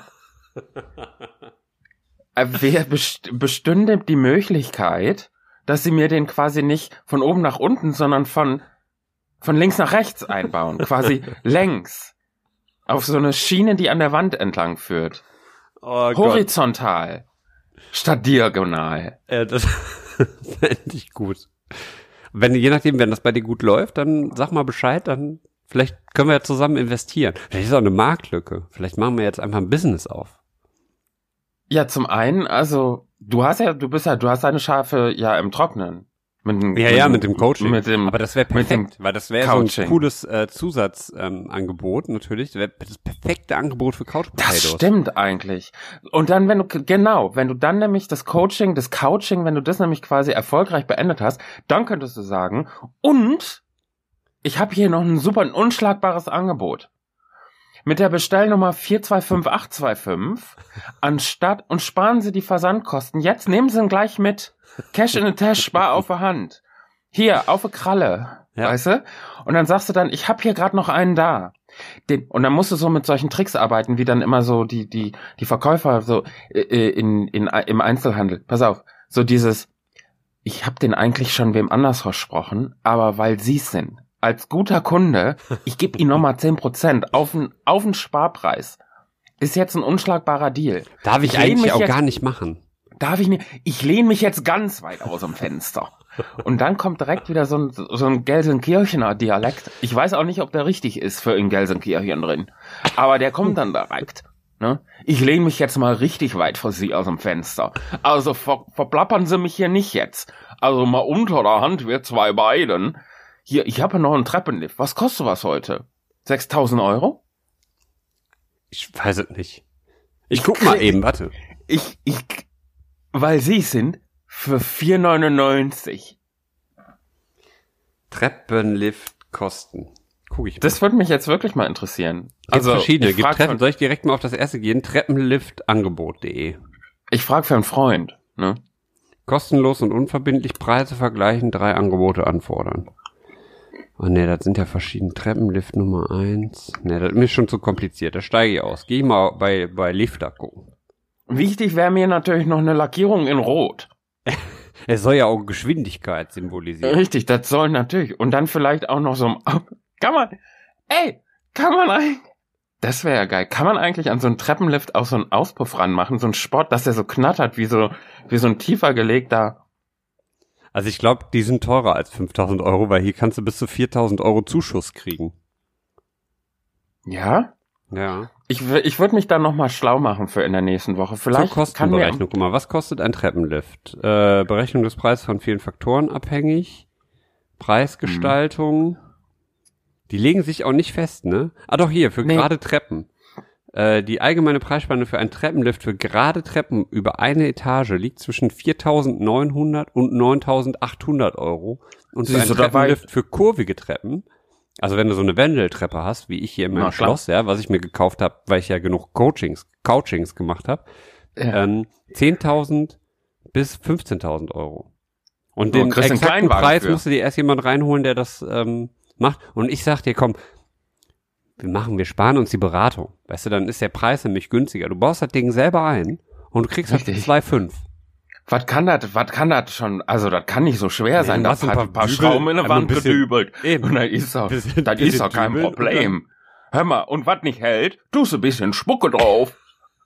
bestünde die Möglichkeit, dass sie mir den quasi nicht von oben nach unten, sondern von links nach rechts einbauen. Quasi längs. Auf so eine Schiene, die an der Wand entlang führt. Oh horizontal. Gott. Statt diagonal. Das fände ich gut. Je nachdem, wenn das bei dir gut läuft, dann sag mal Bescheid, dann vielleicht können wir ja zusammen investieren. Vielleicht ist auch eine Marktlücke. Vielleicht machen wir jetzt einfach ein Business auf. Ja, zum einen, also, du hast deine Schafe ja im Trocknen. Mit dem Coaching. Aber das wäre perfekt, weil das wäre so ein cooles Zusatzangebot natürlich. Das wäre das perfekte Angebot für Couch Potatoes. Das stimmt eigentlich. Und dann, wenn du dann nämlich das Couching, wenn du das nämlich quasi erfolgreich beendet hast, dann könntest du sagen, und ich habe hier noch ein unschlagbares Angebot. Mit der Bestellnummer 4258825 und sparen Sie die Versandkosten. Jetzt nehmen Sie ihn gleich mit. Cash in the Tash, spar auf der Hand. Hier, auf der Kralle, weißt du? Und dann sagst du dann, ich habe hier gerade noch einen da. Und dann musst du so mit solchen Tricks arbeiten, wie dann immer so die Verkäufer so im Einzelhandel. Pass auf, so dieses, ich habe den eigentlich schon wem anders versprochen, aber weil Sie es sind, als guter Kunde, ich gebe Ihnen nochmal 10% auf den Sparpreis. Ist jetzt ein unschlagbarer Deal. Darf ich eigentlich auch gar nicht machen. Ich lehne mich jetzt ganz weit aus dem Fenster. Und dann kommt direkt wieder so ein Gelsenkirchener Dialekt. Ich weiß auch nicht, ob der richtig ist für in Gelsenkirchen drin. Aber der kommt dann direkt. Ne? Ich lehne mich jetzt mal richtig weit vor Sie aus dem Fenster. Also verplappern Sie mich hier nicht jetzt. Also mal unter der Hand, wir zwei beiden. Hier, ich habe noch einen Treppenlift. Was kostet was heute? 6.000 €? Ich weiß es nicht. Ich guck mal eben, warte. Weil Sie sind für 4,99. Treppenliftkosten. Guck ich mal. Das würde mich jetzt wirklich mal interessieren. Also verschiedene. Soll ich direkt mal auf das erste gehen? Treppenliftangebot.de. Ich frage für einen Freund. Ne? Kostenlos und unverbindlich Preise vergleichen, 3 Angebote anfordern. Oh ne, das sind ja verschiedene. Treppenlift Nummer 1. Ne, das ist mir schon zu kompliziert. Da steige ich aus. Geh ich mal bei Lifter gucken. Wichtig wäre mir natürlich noch eine Lackierung in Rot. Es soll ja auch Geschwindigkeit symbolisieren. Richtig, das soll natürlich. Und dann vielleicht auch noch so ein... Das wäre ja geil. Kann man eigentlich an so einen Treppenlift auch so einen Auspuff ranmachen? So einen Sport, dass der so knattert, wie so ein tiefer gelegter... Also ich glaube, die sind teurer als 5.000 €, weil hier kannst du bis zu 4.000 € Zuschuss kriegen. Ja? Ja. Ich würde mich dann nochmal schlau machen für in der nächsten Woche. Vielleicht Kostenberechnung. Guck mal, was kostet ein Treppenlift? Berechnung des Preises von vielen Faktoren abhängig. Preisgestaltung. Die legen sich auch nicht fest, ne? Ah doch, hier, für gerade Treppen. Die allgemeine Preisspanne für einen Treppenlift für gerade Treppen über eine Etage liegt zwischen 4.900 und 9.800 €. Und für einen Treppenlift für kurvige Treppen, also wenn du so eine Wendeltreppe hast, wie ich hier in meinem Schloss, ja, was ich mir gekauft habe, weil ich ja genug Couchings gemacht habe, 10.000 bis 15.000 €. Und den exakten Preis musste dir erst jemand reinholen, der das macht. Und ich sag dir, komm, wir sparen uns die Beratung. Weißt du, dann ist der Preis nämlich günstiger. Du baust das Ding selber ein und du kriegst halt 2,5. Was kann das schon? Also, das kann nicht so schwer sein. Da hat ein paar Schrauben in der Wand gedübelt. Und das ist doch kein Problem. Hör mal, und was nicht hält, tust du ein bisschen Spucke drauf.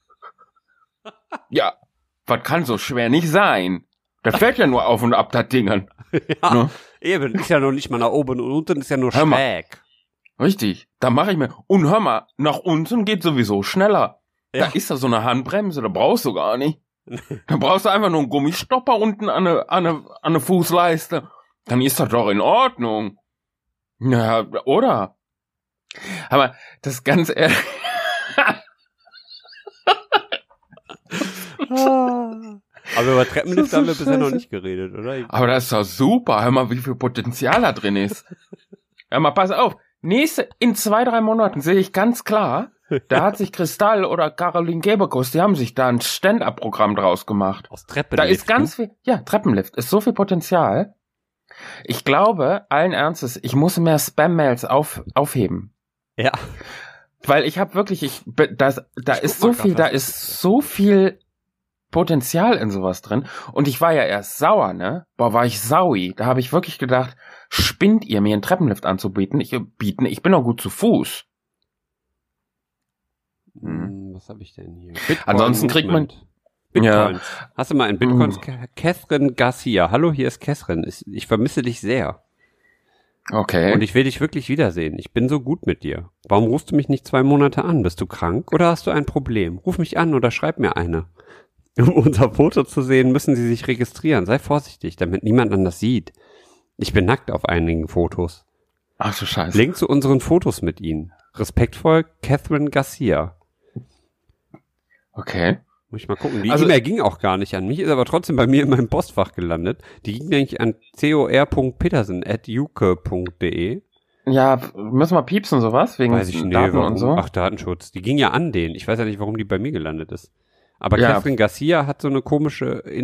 Ja, was kann so schwer nicht sein? Das fährt ja nur auf und ab, das Dingen. Ja, ne? Eben, ist ja noch nicht mal nach oben und unten ist ja nur schräg. Richtig, da mache ich mir. Und hör mal, nach unten geht sowieso schneller. Ja. Da ist da so eine Handbremse, da brauchst du gar nicht. Da brauchst du einfach nur einen Gummistopper unten an eine Fußleiste. Dann ist das doch in Ordnung. Ja, oder? Aber das ist ganz ehrlich. Aber über Treppenlift haben wir bisher noch nicht geredet, oder? Aber das ist doch super. Hör mal, wie viel Potenzial da drin ist. Hör mal, pass auf. In 2-3 Monaten sehe ich ganz klar, Da hat sich Kristall oder Caroline Geberkus, die haben sich da ein Stand-up-Programm draus gemacht. Aus Treppenlift. Da ist ganz viel, Treppenlift, ist so viel Potenzial. Ich glaube, allen Ernstes, ich muss mehr Spam-Mails aufheben. Ja. Weil ich habe wirklich, da ist so viel Potenzial in sowas drin. Und ich war ja erst sauer, ne? War ich saui. Da habe ich wirklich gedacht, spinnt ihr, mir einen Treppenlift anzubieten? Ich bin doch gut zu Fuß. Was habe ich denn hier? Bitcoin Ansonsten kriegt man... Bitcoins. Ja. Hast du mal in Bitcoins? Catherine Garcia. Hallo, hier ist Catherine. Ich vermisse dich sehr. Okay. Und ich will dich wirklich wiedersehen. Ich bin so gut mit dir. Warum rufst du mich nicht 2 Monate an? Bist du krank oder hast du ein Problem? Ruf mich an oder schreib mir eine. Um unser Foto zu sehen, müssen sie sich registrieren. Sei vorsichtig, damit niemand anders sieht. Ich bin nackt auf einigen Fotos. Ach du Scheiße. Link zu unseren Fotos mit ihnen. Respektvoll, Catherine Garcia. Okay. Muss ich mal gucken. Die E-Mail ging auch gar nicht an mich, ist aber trotzdem bei mir in meinem Postfach gelandet. Die ging eigentlich an cor.petersen@juke.de. Ja, müssen wir piepsen sowas wegen Daten und so? Ach, Datenschutz. Die ging ja an den. Ich weiß ja nicht, warum die bei mir gelandet ist. Aber Catherine Garcia hat so eine komische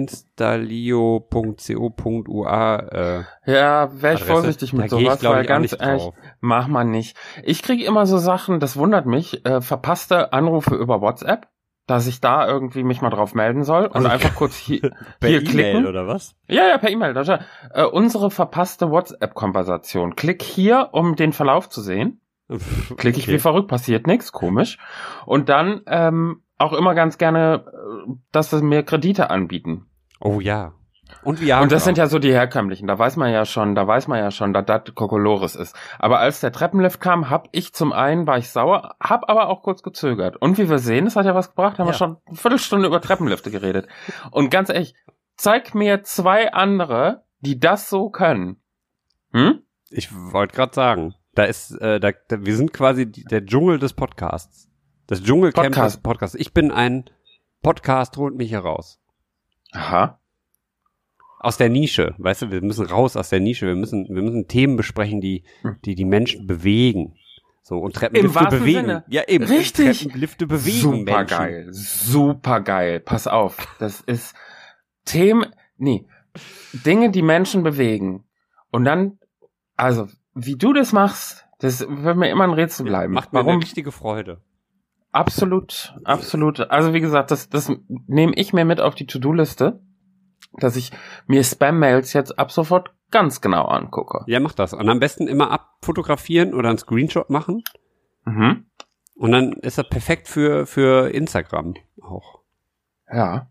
installio.co.ua ja, wäre ich vorsichtig mit sowas, weil ganz ehrlich, mach man nicht. Ich kriege immer so Sachen, das wundert mich, verpasste Anrufe über WhatsApp, dass ich da irgendwie mich mal drauf melden soll und einfach kurz hier klicken. Per E-Mail oder was? Ja, per E-Mail. Unsere verpasste WhatsApp-Konversation. Klick hier, um den Verlauf zu sehen. Klick ich wie verrückt, passiert nichts, komisch. Und dann auch immer ganz gerne, dass sie mir Kredite anbieten. Oh ja. Und das sind ja so die herkömmlichen. Da weiß man ja schon, dass das Kokolores ist. Aber als der Treppenlift kam, war ich sauer, hab aber auch kurz gezögert. Und wie wir sehen, das hat ja was gebracht, haben wir schon eine Viertelstunde über Treppenlifte geredet. Und ganz ehrlich, zeig mir 2 andere, die das so können. Ich wollte gerade sagen, wir sind quasi der Dschungel des Podcasts. Das Dschungelcamp des Podcasts. Ich bin ein Podcast, holt mich hier raus. Aha. Aus der Nische, weißt du, wir müssen raus aus der Nische, wir müssen Themen besprechen, die Menschen bewegen. So, und Treppenlifte bewegen. Sinne. Ja, eben. Richtig. Treppenlifte bewegen Super geil. Pass auf. Das ist Dinge, die Menschen bewegen. Und dann, also, wie du das machst, das wird mir immer ein Rätsel bleiben. Macht mir eine richtige Freude. Absolut. Also, wie gesagt, das nehme ich mir mit auf die To-Do-Liste, dass ich mir Spam-Mails jetzt ab sofort ganz genau angucke. Ja, mach das. Und am besten immer abfotografieren oder einen Screenshot machen. Mhm. Und dann ist das perfekt für Instagram auch. Ja.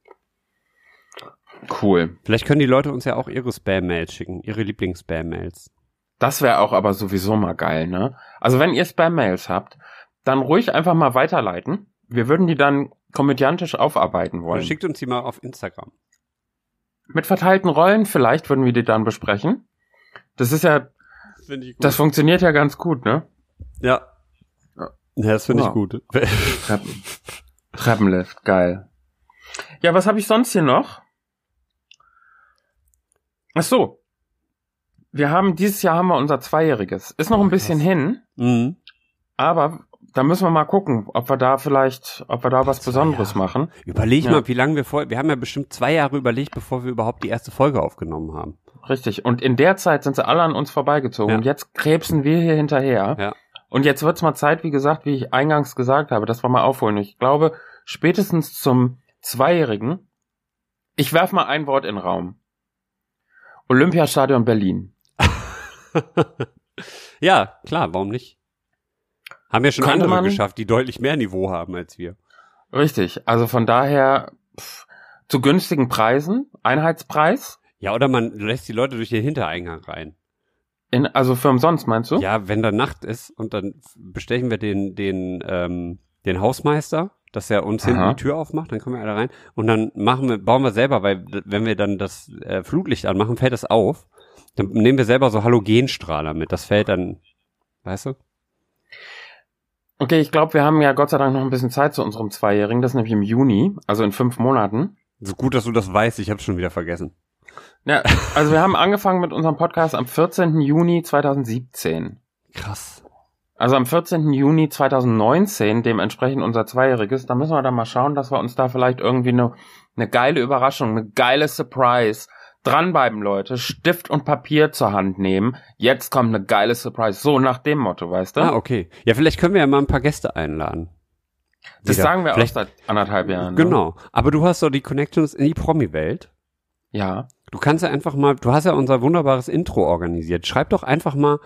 Cool. Vielleicht können die Leute uns ja auch ihre Spam-Mails schicken, ihre Lieblings-Spam-Mails. Das wäre auch aber sowieso mal geil, ne? Also wenn ihr Spam-Mails habt, dann ruhig einfach mal weiterleiten. Wir würden die dann komödiantisch aufarbeiten wollen. Schickt uns die mal auf Instagram. Mit verteilten Rollen, vielleicht würden wir die dann besprechen. Das ist ja, das funktioniert ja ganz gut, ne? Ja. Ja, das finde ich gut. Treppenlift, geil. Ja, was habe ich sonst hier noch? Ach so. Dieses Jahr haben wir unser 2-jähriges. Ist noch ein bisschen hin. Mhm. Aber da müssen wir mal gucken, ob wir da was Besonderes machen. Überleg mal, wie lange wir haben ja bestimmt 2 Jahre überlegt, bevor wir überhaupt die erste Folge aufgenommen haben. Richtig. Und in der Zeit sind sie alle an uns vorbeigezogen. Und jetzt krebsen wir hier hinterher. Ja. Und jetzt wird's mal Zeit, wie gesagt, wie ich eingangs gesagt habe, dass wir mal aufholen. Ich glaube, spätestens zum 2-jährigen, ich werf mal ein Wort in den Raum. Olympiastadion Berlin. Ja, klar, warum nicht? Haben ja schon andere geschafft, die deutlich mehr Niveau haben als wir. Richtig, also von daher zu günstigen Preisen, Einheitspreis. Ja, oder man lässt die Leute durch den Hintereingang rein. Also für umsonst, meinst du? Ja, wenn da Nacht ist und dann bestechen wir den Hausmeister, dass er uns hinten die Tür aufmacht, dann kommen wir alle rein und dann bauen wir selber, weil wenn wir dann das Flutlicht anmachen, fällt das auf. Dann nehmen wir selber so Halogenstrahler mit, das fällt dann, weißt du? Okay, ich glaube, wir haben ja Gott sei Dank noch ein bisschen Zeit zu unserem 2-jährigen, das ist nämlich im Juni, also in 5 Monaten. So gut, dass du das weißt, ich habe schon wieder vergessen. Ja, also wir haben angefangen mit unserem Podcast am 14. Juni 2017. Krass. Also am 14. Juni 2019, dementsprechend unser Zweijähriges, da müssen wir dann mal schauen, dass wir uns da vielleicht irgendwie eine geile Überraschung, eine geile Surprise dranbleiben, Leute, Stift und Papier zur Hand nehmen. Jetzt kommt eine geile Surprise. So nach dem Motto, weißt du? Ah, okay. Ja, vielleicht können wir ja mal ein paar Gäste einladen. Das Wieder. sagen wir Vielleicht, auch seit 1,5 Jahren. Genau. Aber du hast doch die Connections in die Promi-Welt. Ja. Du kannst ja einfach mal, du hast ja unser wunderbares Intro organisiert. Schreib doch einfach mal,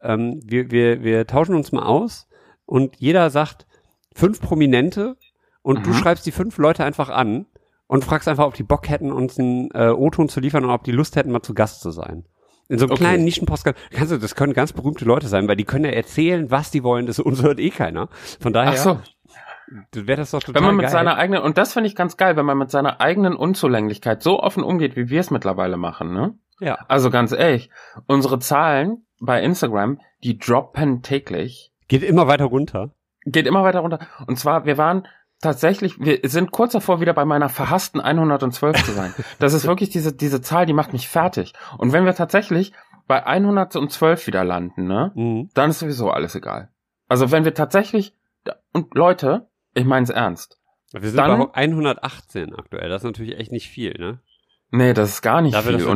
wir tauschen uns mal aus und jeder sagt 5 Prominente und du schreibst die 5 Leute einfach an und fragst einfach, ob die Bock hätten, uns einen O-Ton zu liefern und ob die Lust hätten, mal zu Gast zu sein. In so einem kleinen Nischenpostcard. Das können ganz berühmte Leute sein, weil die können ja erzählen, was die wollen. Das uns hört eh keiner. Von daher. Ach so. Wäre das doch total wenn man mit geil. Seiner eigenen, und das finde ich ganz geil, wenn man mit seiner eigenen Unzulänglichkeit so offen umgeht, wie wir es mittlerweile machen, ne? Ja. Also ganz ehrlich, unsere Zahlen bei Instagram, die droppen täglich. Geht immer weiter runter. Und zwar, wir sind kurz davor, wieder bei meiner verhassten 112 zu sein. Das ist wirklich diese Zahl, die macht mich fertig. Und wenn wir tatsächlich bei 112 wieder landen, ne, dann ist sowieso alles egal. Also wenn wir tatsächlich, und Leute, ich meine es ernst. Wir sind bei 118 aktuell, das ist natürlich echt nicht viel, ne? Nee, das ist gar nicht viel. Dass wir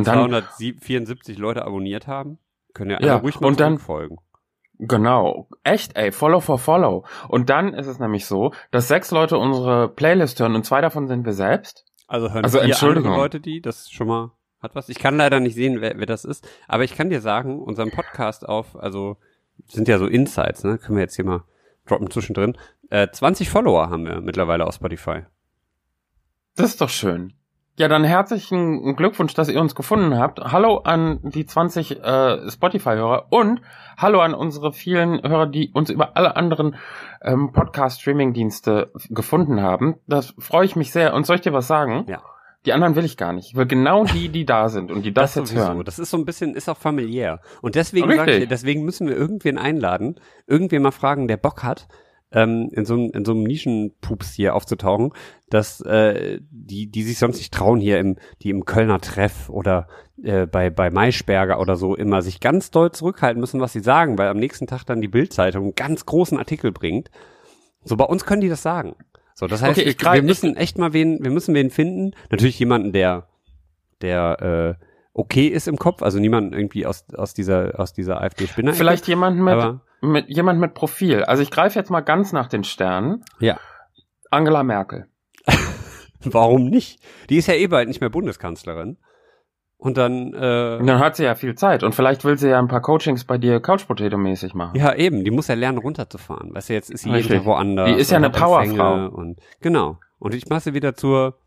274 Leute abonniert haben, können ja alle ruhig mal folgen. Genau, echt, Follow for Follow. Und dann ist es nämlich so, dass 6 Leute unsere Playlist hören und 2 davon sind wir selbst. Also hören 4 andere Leute das schon mal hat was. Ich kann leider nicht sehen, wer das ist, aber ich kann dir sagen, unseren Podcast sind ja so Insights, ne? Können wir jetzt hier mal droppen zwischendrin. 20 Follower haben wir mittlerweile auf Spotify. Das ist doch schön. Ja, dann herzlichen Glückwunsch, dass ihr uns gefunden habt. Hallo an die 20 Spotify-Hörer und hallo an unsere vielen Hörer, die uns über alle anderen Podcast-Streaming-Dienste gefunden haben. Das freue ich mich sehr. Und soll ich dir was sagen? Ja. Die anderen will ich gar nicht. Ich will genau die da sind und die das jetzt sowieso hören. Das ist so ein bisschen, ist auch familiär. Und deswegen sage ich dir, deswegen müssen wir irgendwen einladen, irgendwen mal fragen, der Bock hat, in so einem Nischenpups hier aufzutauchen, dass die sich sonst nicht trauen hier die im Kölner Treff oder bei Maischberger oder so immer sich ganz doll zurückhalten müssen, was sie sagen, weil am nächsten Tag dann die Bild-Zeitung einen ganz großen Artikel bringt. So, bei uns können die das sagen. So, das heißt, wir müssen echt mal wen finden. Natürlich jemanden, der okay ist im Kopf, also niemanden irgendwie aus dieser AfD-Spinner. Vielleicht jemanden mit Profil. Also ich greife jetzt mal ganz nach den Sternen. Ja. Angela Merkel. Warum nicht? Die ist ja eh bald nicht mehr Bundeskanzlerin. Und dann hat sie ja viel Zeit. Und vielleicht will sie ja ein paar Coachings bei dir Couch-Potato-mäßig machen. Ja, eben. Die muss ja lernen, runterzufahren. Weißt du, jetzt ist sie jeden Tag woanders. Die ist ja eine Powerfrau. Und genau. Und ich mache sie wieder zur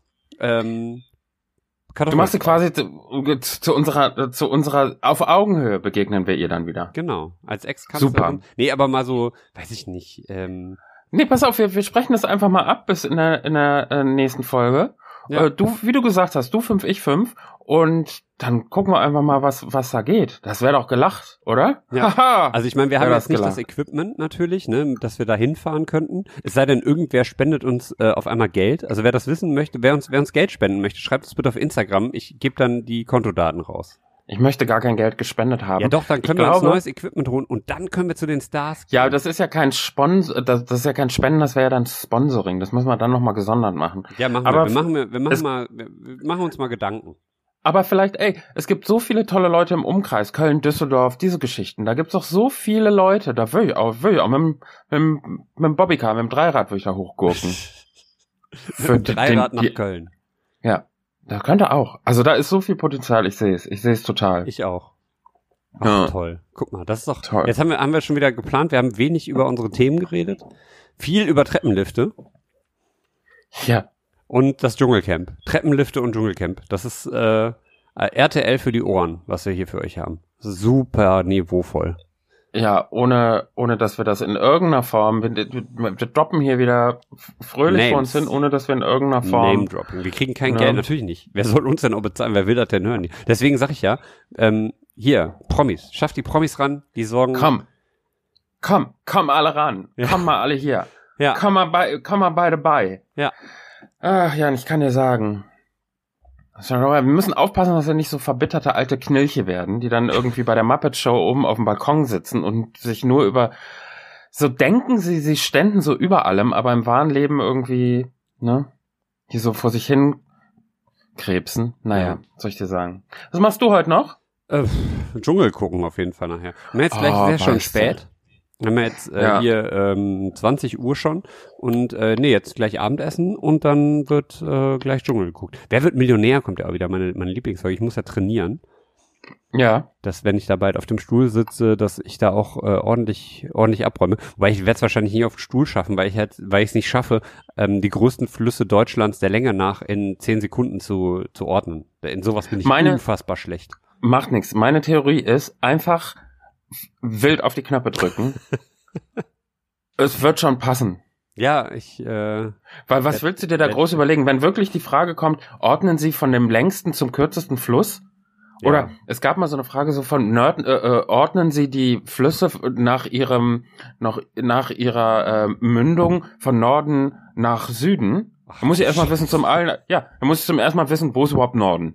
Du machst sie quasi zu unserer auf Augenhöhe begegnen wir ihr dann wieder. Genau. Als Ex-Kanzlerin. Super. Nee, aber mal so, weiß ich nicht. Nee, pass auf, wir sprechen das einfach mal ab bis in der nächsten Folge. Ja. Wie du gesagt hast, du 5, ich 5. Und dann gucken wir einfach mal, was da geht. Das wäre doch gelacht, oder? Ja. Haha. Also ich meine, wir haben jetzt nicht das Equipment natürlich, ne, dass wir da hinfahren könnten. Es sei denn, irgendwer spendet uns auf einmal Geld. Also wer das wissen möchte, wer uns Geld spenden möchte, schreibt es bitte auf Instagram. Ich gebe dann die Kontodaten raus. Ich möchte gar kein Geld gespendet haben. Ja doch, dann können wir uns neues Equipment holen und dann können wir zu den Stars gehen. Ja, das ist ja kein das ist ja kein Spenden, das wäre ja dann Sponsoring. Das müssen wir dann nochmal gesondert machen. Ja, machen wir. Wir machen uns mal Gedanken. Aber vielleicht, es gibt so viele tolle Leute im Umkreis, Köln, Düsseldorf, diese Geschichten. Da gibt's doch so viele Leute. Da will ich auch mit dem Bobbycar, mit dem Dreirad will ich da hochgurken. Für Dreirad nach Köln. Ja, da könnte auch. Also da ist so viel Potenzial, ich sehe es total. Ich auch. Ach, toll. Guck mal, das ist doch toll. Jetzt haben wir schon wieder geplant, wir haben wenig über unsere Themen geredet. Viel über Treppenlifte. Ja. Und das Dschungelcamp. Treppenlifte und Dschungelcamp. Das ist RTL für die Ohren, was wir hier für euch haben. Super niveauvoll. Ja, ohne dass wir das in irgendeiner Form, wir droppen hier wieder fröhlich vor uns hin, ohne dass wir in irgendeiner Form... Name-Dropping. Wir kriegen kein Geld, natürlich nicht. Wer soll uns denn auch bezahlen? Wer will das denn hören? Deswegen sag ich ja, hier, Promis. Schafft die Promis ran, die sorgen... Komm alle ran. Ja. Komm mal alle hier. Ja. Komm mal beide bei. Ja. Ach Jan, ich kann dir sagen, wir müssen aufpassen, dass wir nicht so verbitterte alte Knilche werden, die dann irgendwie bei der Muppet Show oben auf dem Balkon sitzen und sich nur über so denken sie ständen so über allem, aber im wahren Leben irgendwie, ne, die so vor sich hin krebsen. Naja, soll ich dir sagen. Was machst du heute noch? Dschungel gucken auf jeden Fall nachher. Jetzt gleich ist ja schon spät. Haben wir jetzt hier 20 Uhr schon und jetzt gleich Abendessen und dann wird gleich Dschungel geguckt. Wer wird Millionär, kommt ja auch wieder, meine Lieblingsfolge. Ich muss ja trainieren. Ja. Dass, wenn ich da bald auf dem Stuhl sitze, dass ich da auch ordentlich abräume. Wobei ich werde es wahrscheinlich nie auf den Stuhl schaffen, weil ich es nicht schaffe, die größten Flüsse Deutschlands der Länge nach in 10 Sekunden zu ordnen. In sowas bin ich unfassbar schlecht. Macht nichts. Meine Theorie ist einfach wild auf die Knöpfe drücken. Es wird schon passen. Ja, weil was willst du dir da groß überlegen? Wenn wirklich die Frage kommt, ordnen Sie von dem längsten zum kürzesten Fluss? Ja. Oder es gab mal so eine Frage so von ordnen Sie die Flüsse nach ihrer Mündung von Norden nach Süden? Da muss ich erstmal wissen zum ersten Mal wissen, wo ist überhaupt Norden?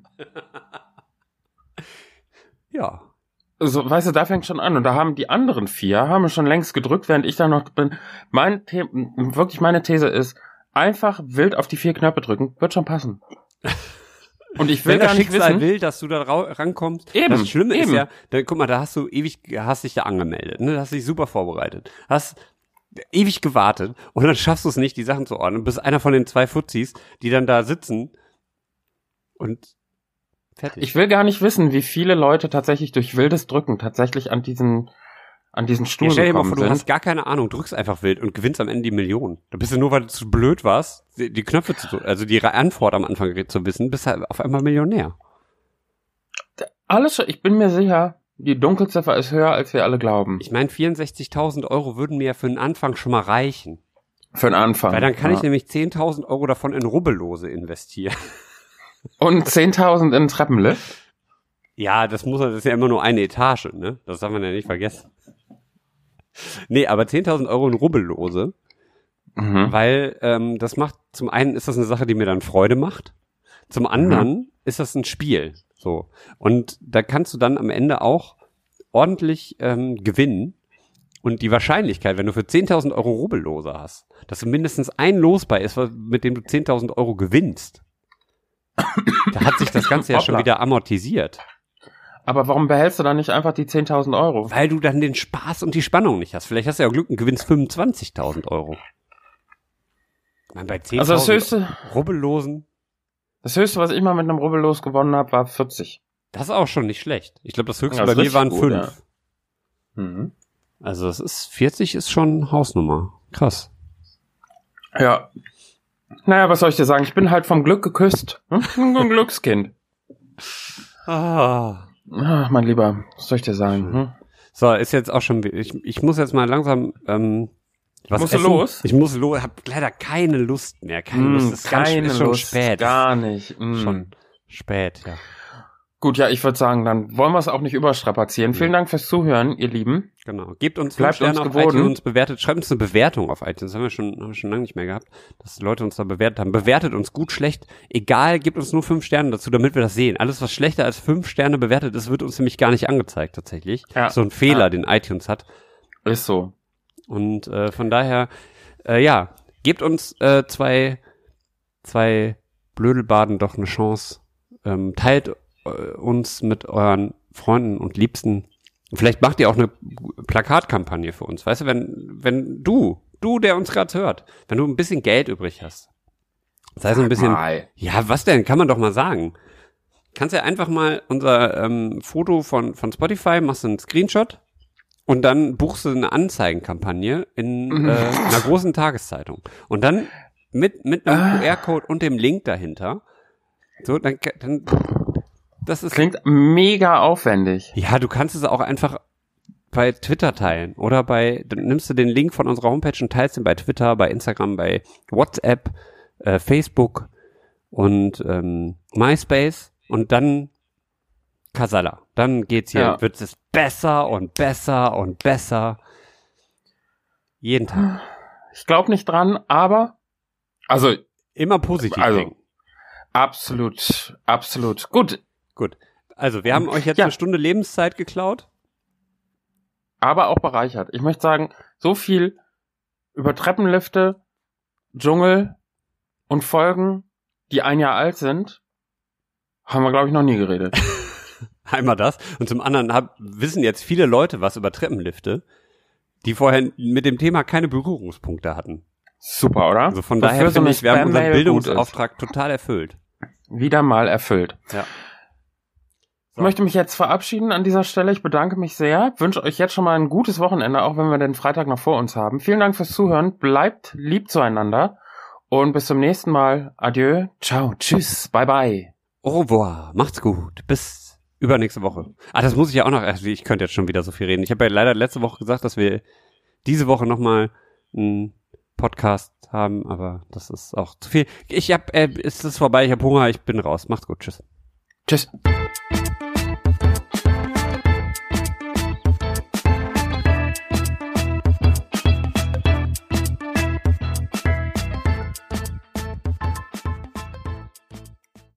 Ja. So, weißt du, da fängt schon an. Und da haben die anderen 4 schon längst gedrückt, während ich da noch bin. Meine These ist, einfach wild auf die 4 Knöpfe drücken, wird schon passen. Und ich will gar nicht wissen. Wenn das Schicksal will, dass du da rankommst. Eben. Das Schlimme ist ja, dann guck mal, da hast dich da angemeldet, ne? Da hast dich super vorbereitet. Hast ewig gewartet und dann schaffst du es nicht, die Sachen zu ordnen. Bist einer von den 2 Fuzis, die dann da sitzen und fertig. Ich will gar nicht wissen, wie viele Leute tatsächlich durch wildes Drücken tatsächlich an diesen Stuhl stell dir mal gekommen vor, du hast gar keine Ahnung, drückst einfach wild und gewinnst am Ende die Million. Da bist du nur, weil du zu blöd warst, die Knöpfe also die Antwort am Anfang zu wissen, bist halt auf einmal Millionär. Ich bin mir sicher, die Dunkelziffer ist höher, als wir alle glauben. Ich meine, 64.000 € würden mir für den Anfang schon mal reichen. Für den Anfang. Weil dann kann ich nämlich 10.000 € davon in Rubbellose investieren. Und 10.000 in Treppenlift? Ja, das ist ja immer nur eine Etage, ne? Das darf man ja nicht vergessen. Nee, aber 10.000 € in Rubbellose, weil das macht, zum einen ist das eine Sache, die mir dann Freude macht, zum anderen ist das ein Spiel, so. Und da kannst du dann am Ende auch ordentlich gewinnen. Und die Wahrscheinlichkeit, wenn du für 10.000 € Rubbellose hast, dass du mindestens ein Los bei ist, mit dem du 10.000 € gewinnst, da hat sich das Ganze ja schon wieder amortisiert. Aber warum behältst du dann nicht einfach die 10.000 €? Weil du dann den Spaß und die Spannung nicht hast. Vielleicht hast du ja Glück und gewinnst 25.000 €. Ich meine, bei 10.000 Rubbellosen. Das Höchste, was ich mal mit einem Rubbellos gewonnen habe, war 40. Das ist auch schon nicht schlecht. Ich glaube, das Höchste bei mir waren 5. Ja. Mhm. Also 40 ist schon Hausnummer. Krass. Ja. Naja, was soll ich dir sagen? Ich bin halt vom Glück geküsst. Ein Glückskind. Ach, mein Lieber, was soll ich dir sagen? So, ist jetzt auch schon, ich muss jetzt mal langsam, was musst essen. Du los? Ich muss los, hab leider keine Lust mehr. Keine Lust, ist schon spät. Gar nicht. Schon spät, ja. Gut, ja, ich würde sagen, dann wollen wir es auch nicht überstrapazieren. Vielen Dank fürs Zuhören, ihr Lieben. Genau. Gebt uns 5 Sterne auf iTunes, bewertet, schreibt uns eine Bewertung auf iTunes. Das haben wir schon lange nicht mehr gehabt, dass Leute uns da bewertet haben. Bewertet uns gut, schlecht, egal, gebt uns nur 5 Sterne dazu, damit wir das sehen. Alles, was schlechter als 5 Sterne bewertet ist, wird uns nämlich gar nicht angezeigt, tatsächlich. Ja. So ein Fehler, den iTunes hat. Ist so. Und von daher, gebt uns zwei Blödelbaden doch eine Chance. Teilt uns mit euren Freunden und Liebsten. Vielleicht macht ihr auch eine Plakatkampagne für uns. Weißt du, wenn du, der uns gerade hört, wenn du ein bisschen Geld übrig hast, sei so ein bisschen, ja, was denn, kann man doch mal sagen. Kannst ja einfach mal unser Foto von Spotify, machst du einen Screenshot und dann buchst du eine Anzeigenkampagne in einer großen Tageszeitung. Und dann mit einem QR-Code und dem Link dahinter, so, dann das klingt mega aufwendig. Ja, du kannst es auch einfach bei Twitter teilen oder dann nimmst du den Link von unserer Homepage und teilst ihn bei Twitter, bei Instagram, bei WhatsApp, Facebook und MySpace und dann Kasala. Dann geht's hier, wird es besser und besser und besser. Jeden Tag. Ich glaube nicht dran, aber also immer positiv denken. Absolut. Gut. Also, wir haben euch jetzt eine Stunde Lebenszeit geklaut. Aber auch bereichert. Ich möchte sagen, so viel über Treppenlifte, Dschungel und Folgen, die 1 Jahr alt sind, haben wir, glaube ich, noch nie geredet. Einmal das. Und zum anderen wissen jetzt viele Leute was über Treppenlifte, die vorher mit dem Thema keine Berührungspunkte hatten. Super, oder? Also von daher finde ich, wir haben unseren Bildungsauftrag total erfüllt. Wieder mal erfüllt. Ja. Ich möchte mich jetzt verabschieden an dieser Stelle. Ich bedanke mich sehr. Wünsche euch jetzt schon mal ein gutes Wochenende, auch wenn wir den Freitag noch vor uns haben. Vielen Dank fürs Zuhören. Bleibt lieb zueinander. Und bis zum nächsten Mal. Adieu. Ciao. Tschüss. Bye bye. Au revoir. Macht's gut. Bis übernächste Woche. Das muss ich ja auch noch. Ich könnte jetzt schon wieder so viel reden. Ich habe ja leider letzte Woche gesagt, dass wir diese Woche nochmal einen Podcast haben, aber das ist auch zu viel. Es ist vorbei. Ich habe Hunger. Ich bin raus. Macht's gut. Tschüss. Tschüss.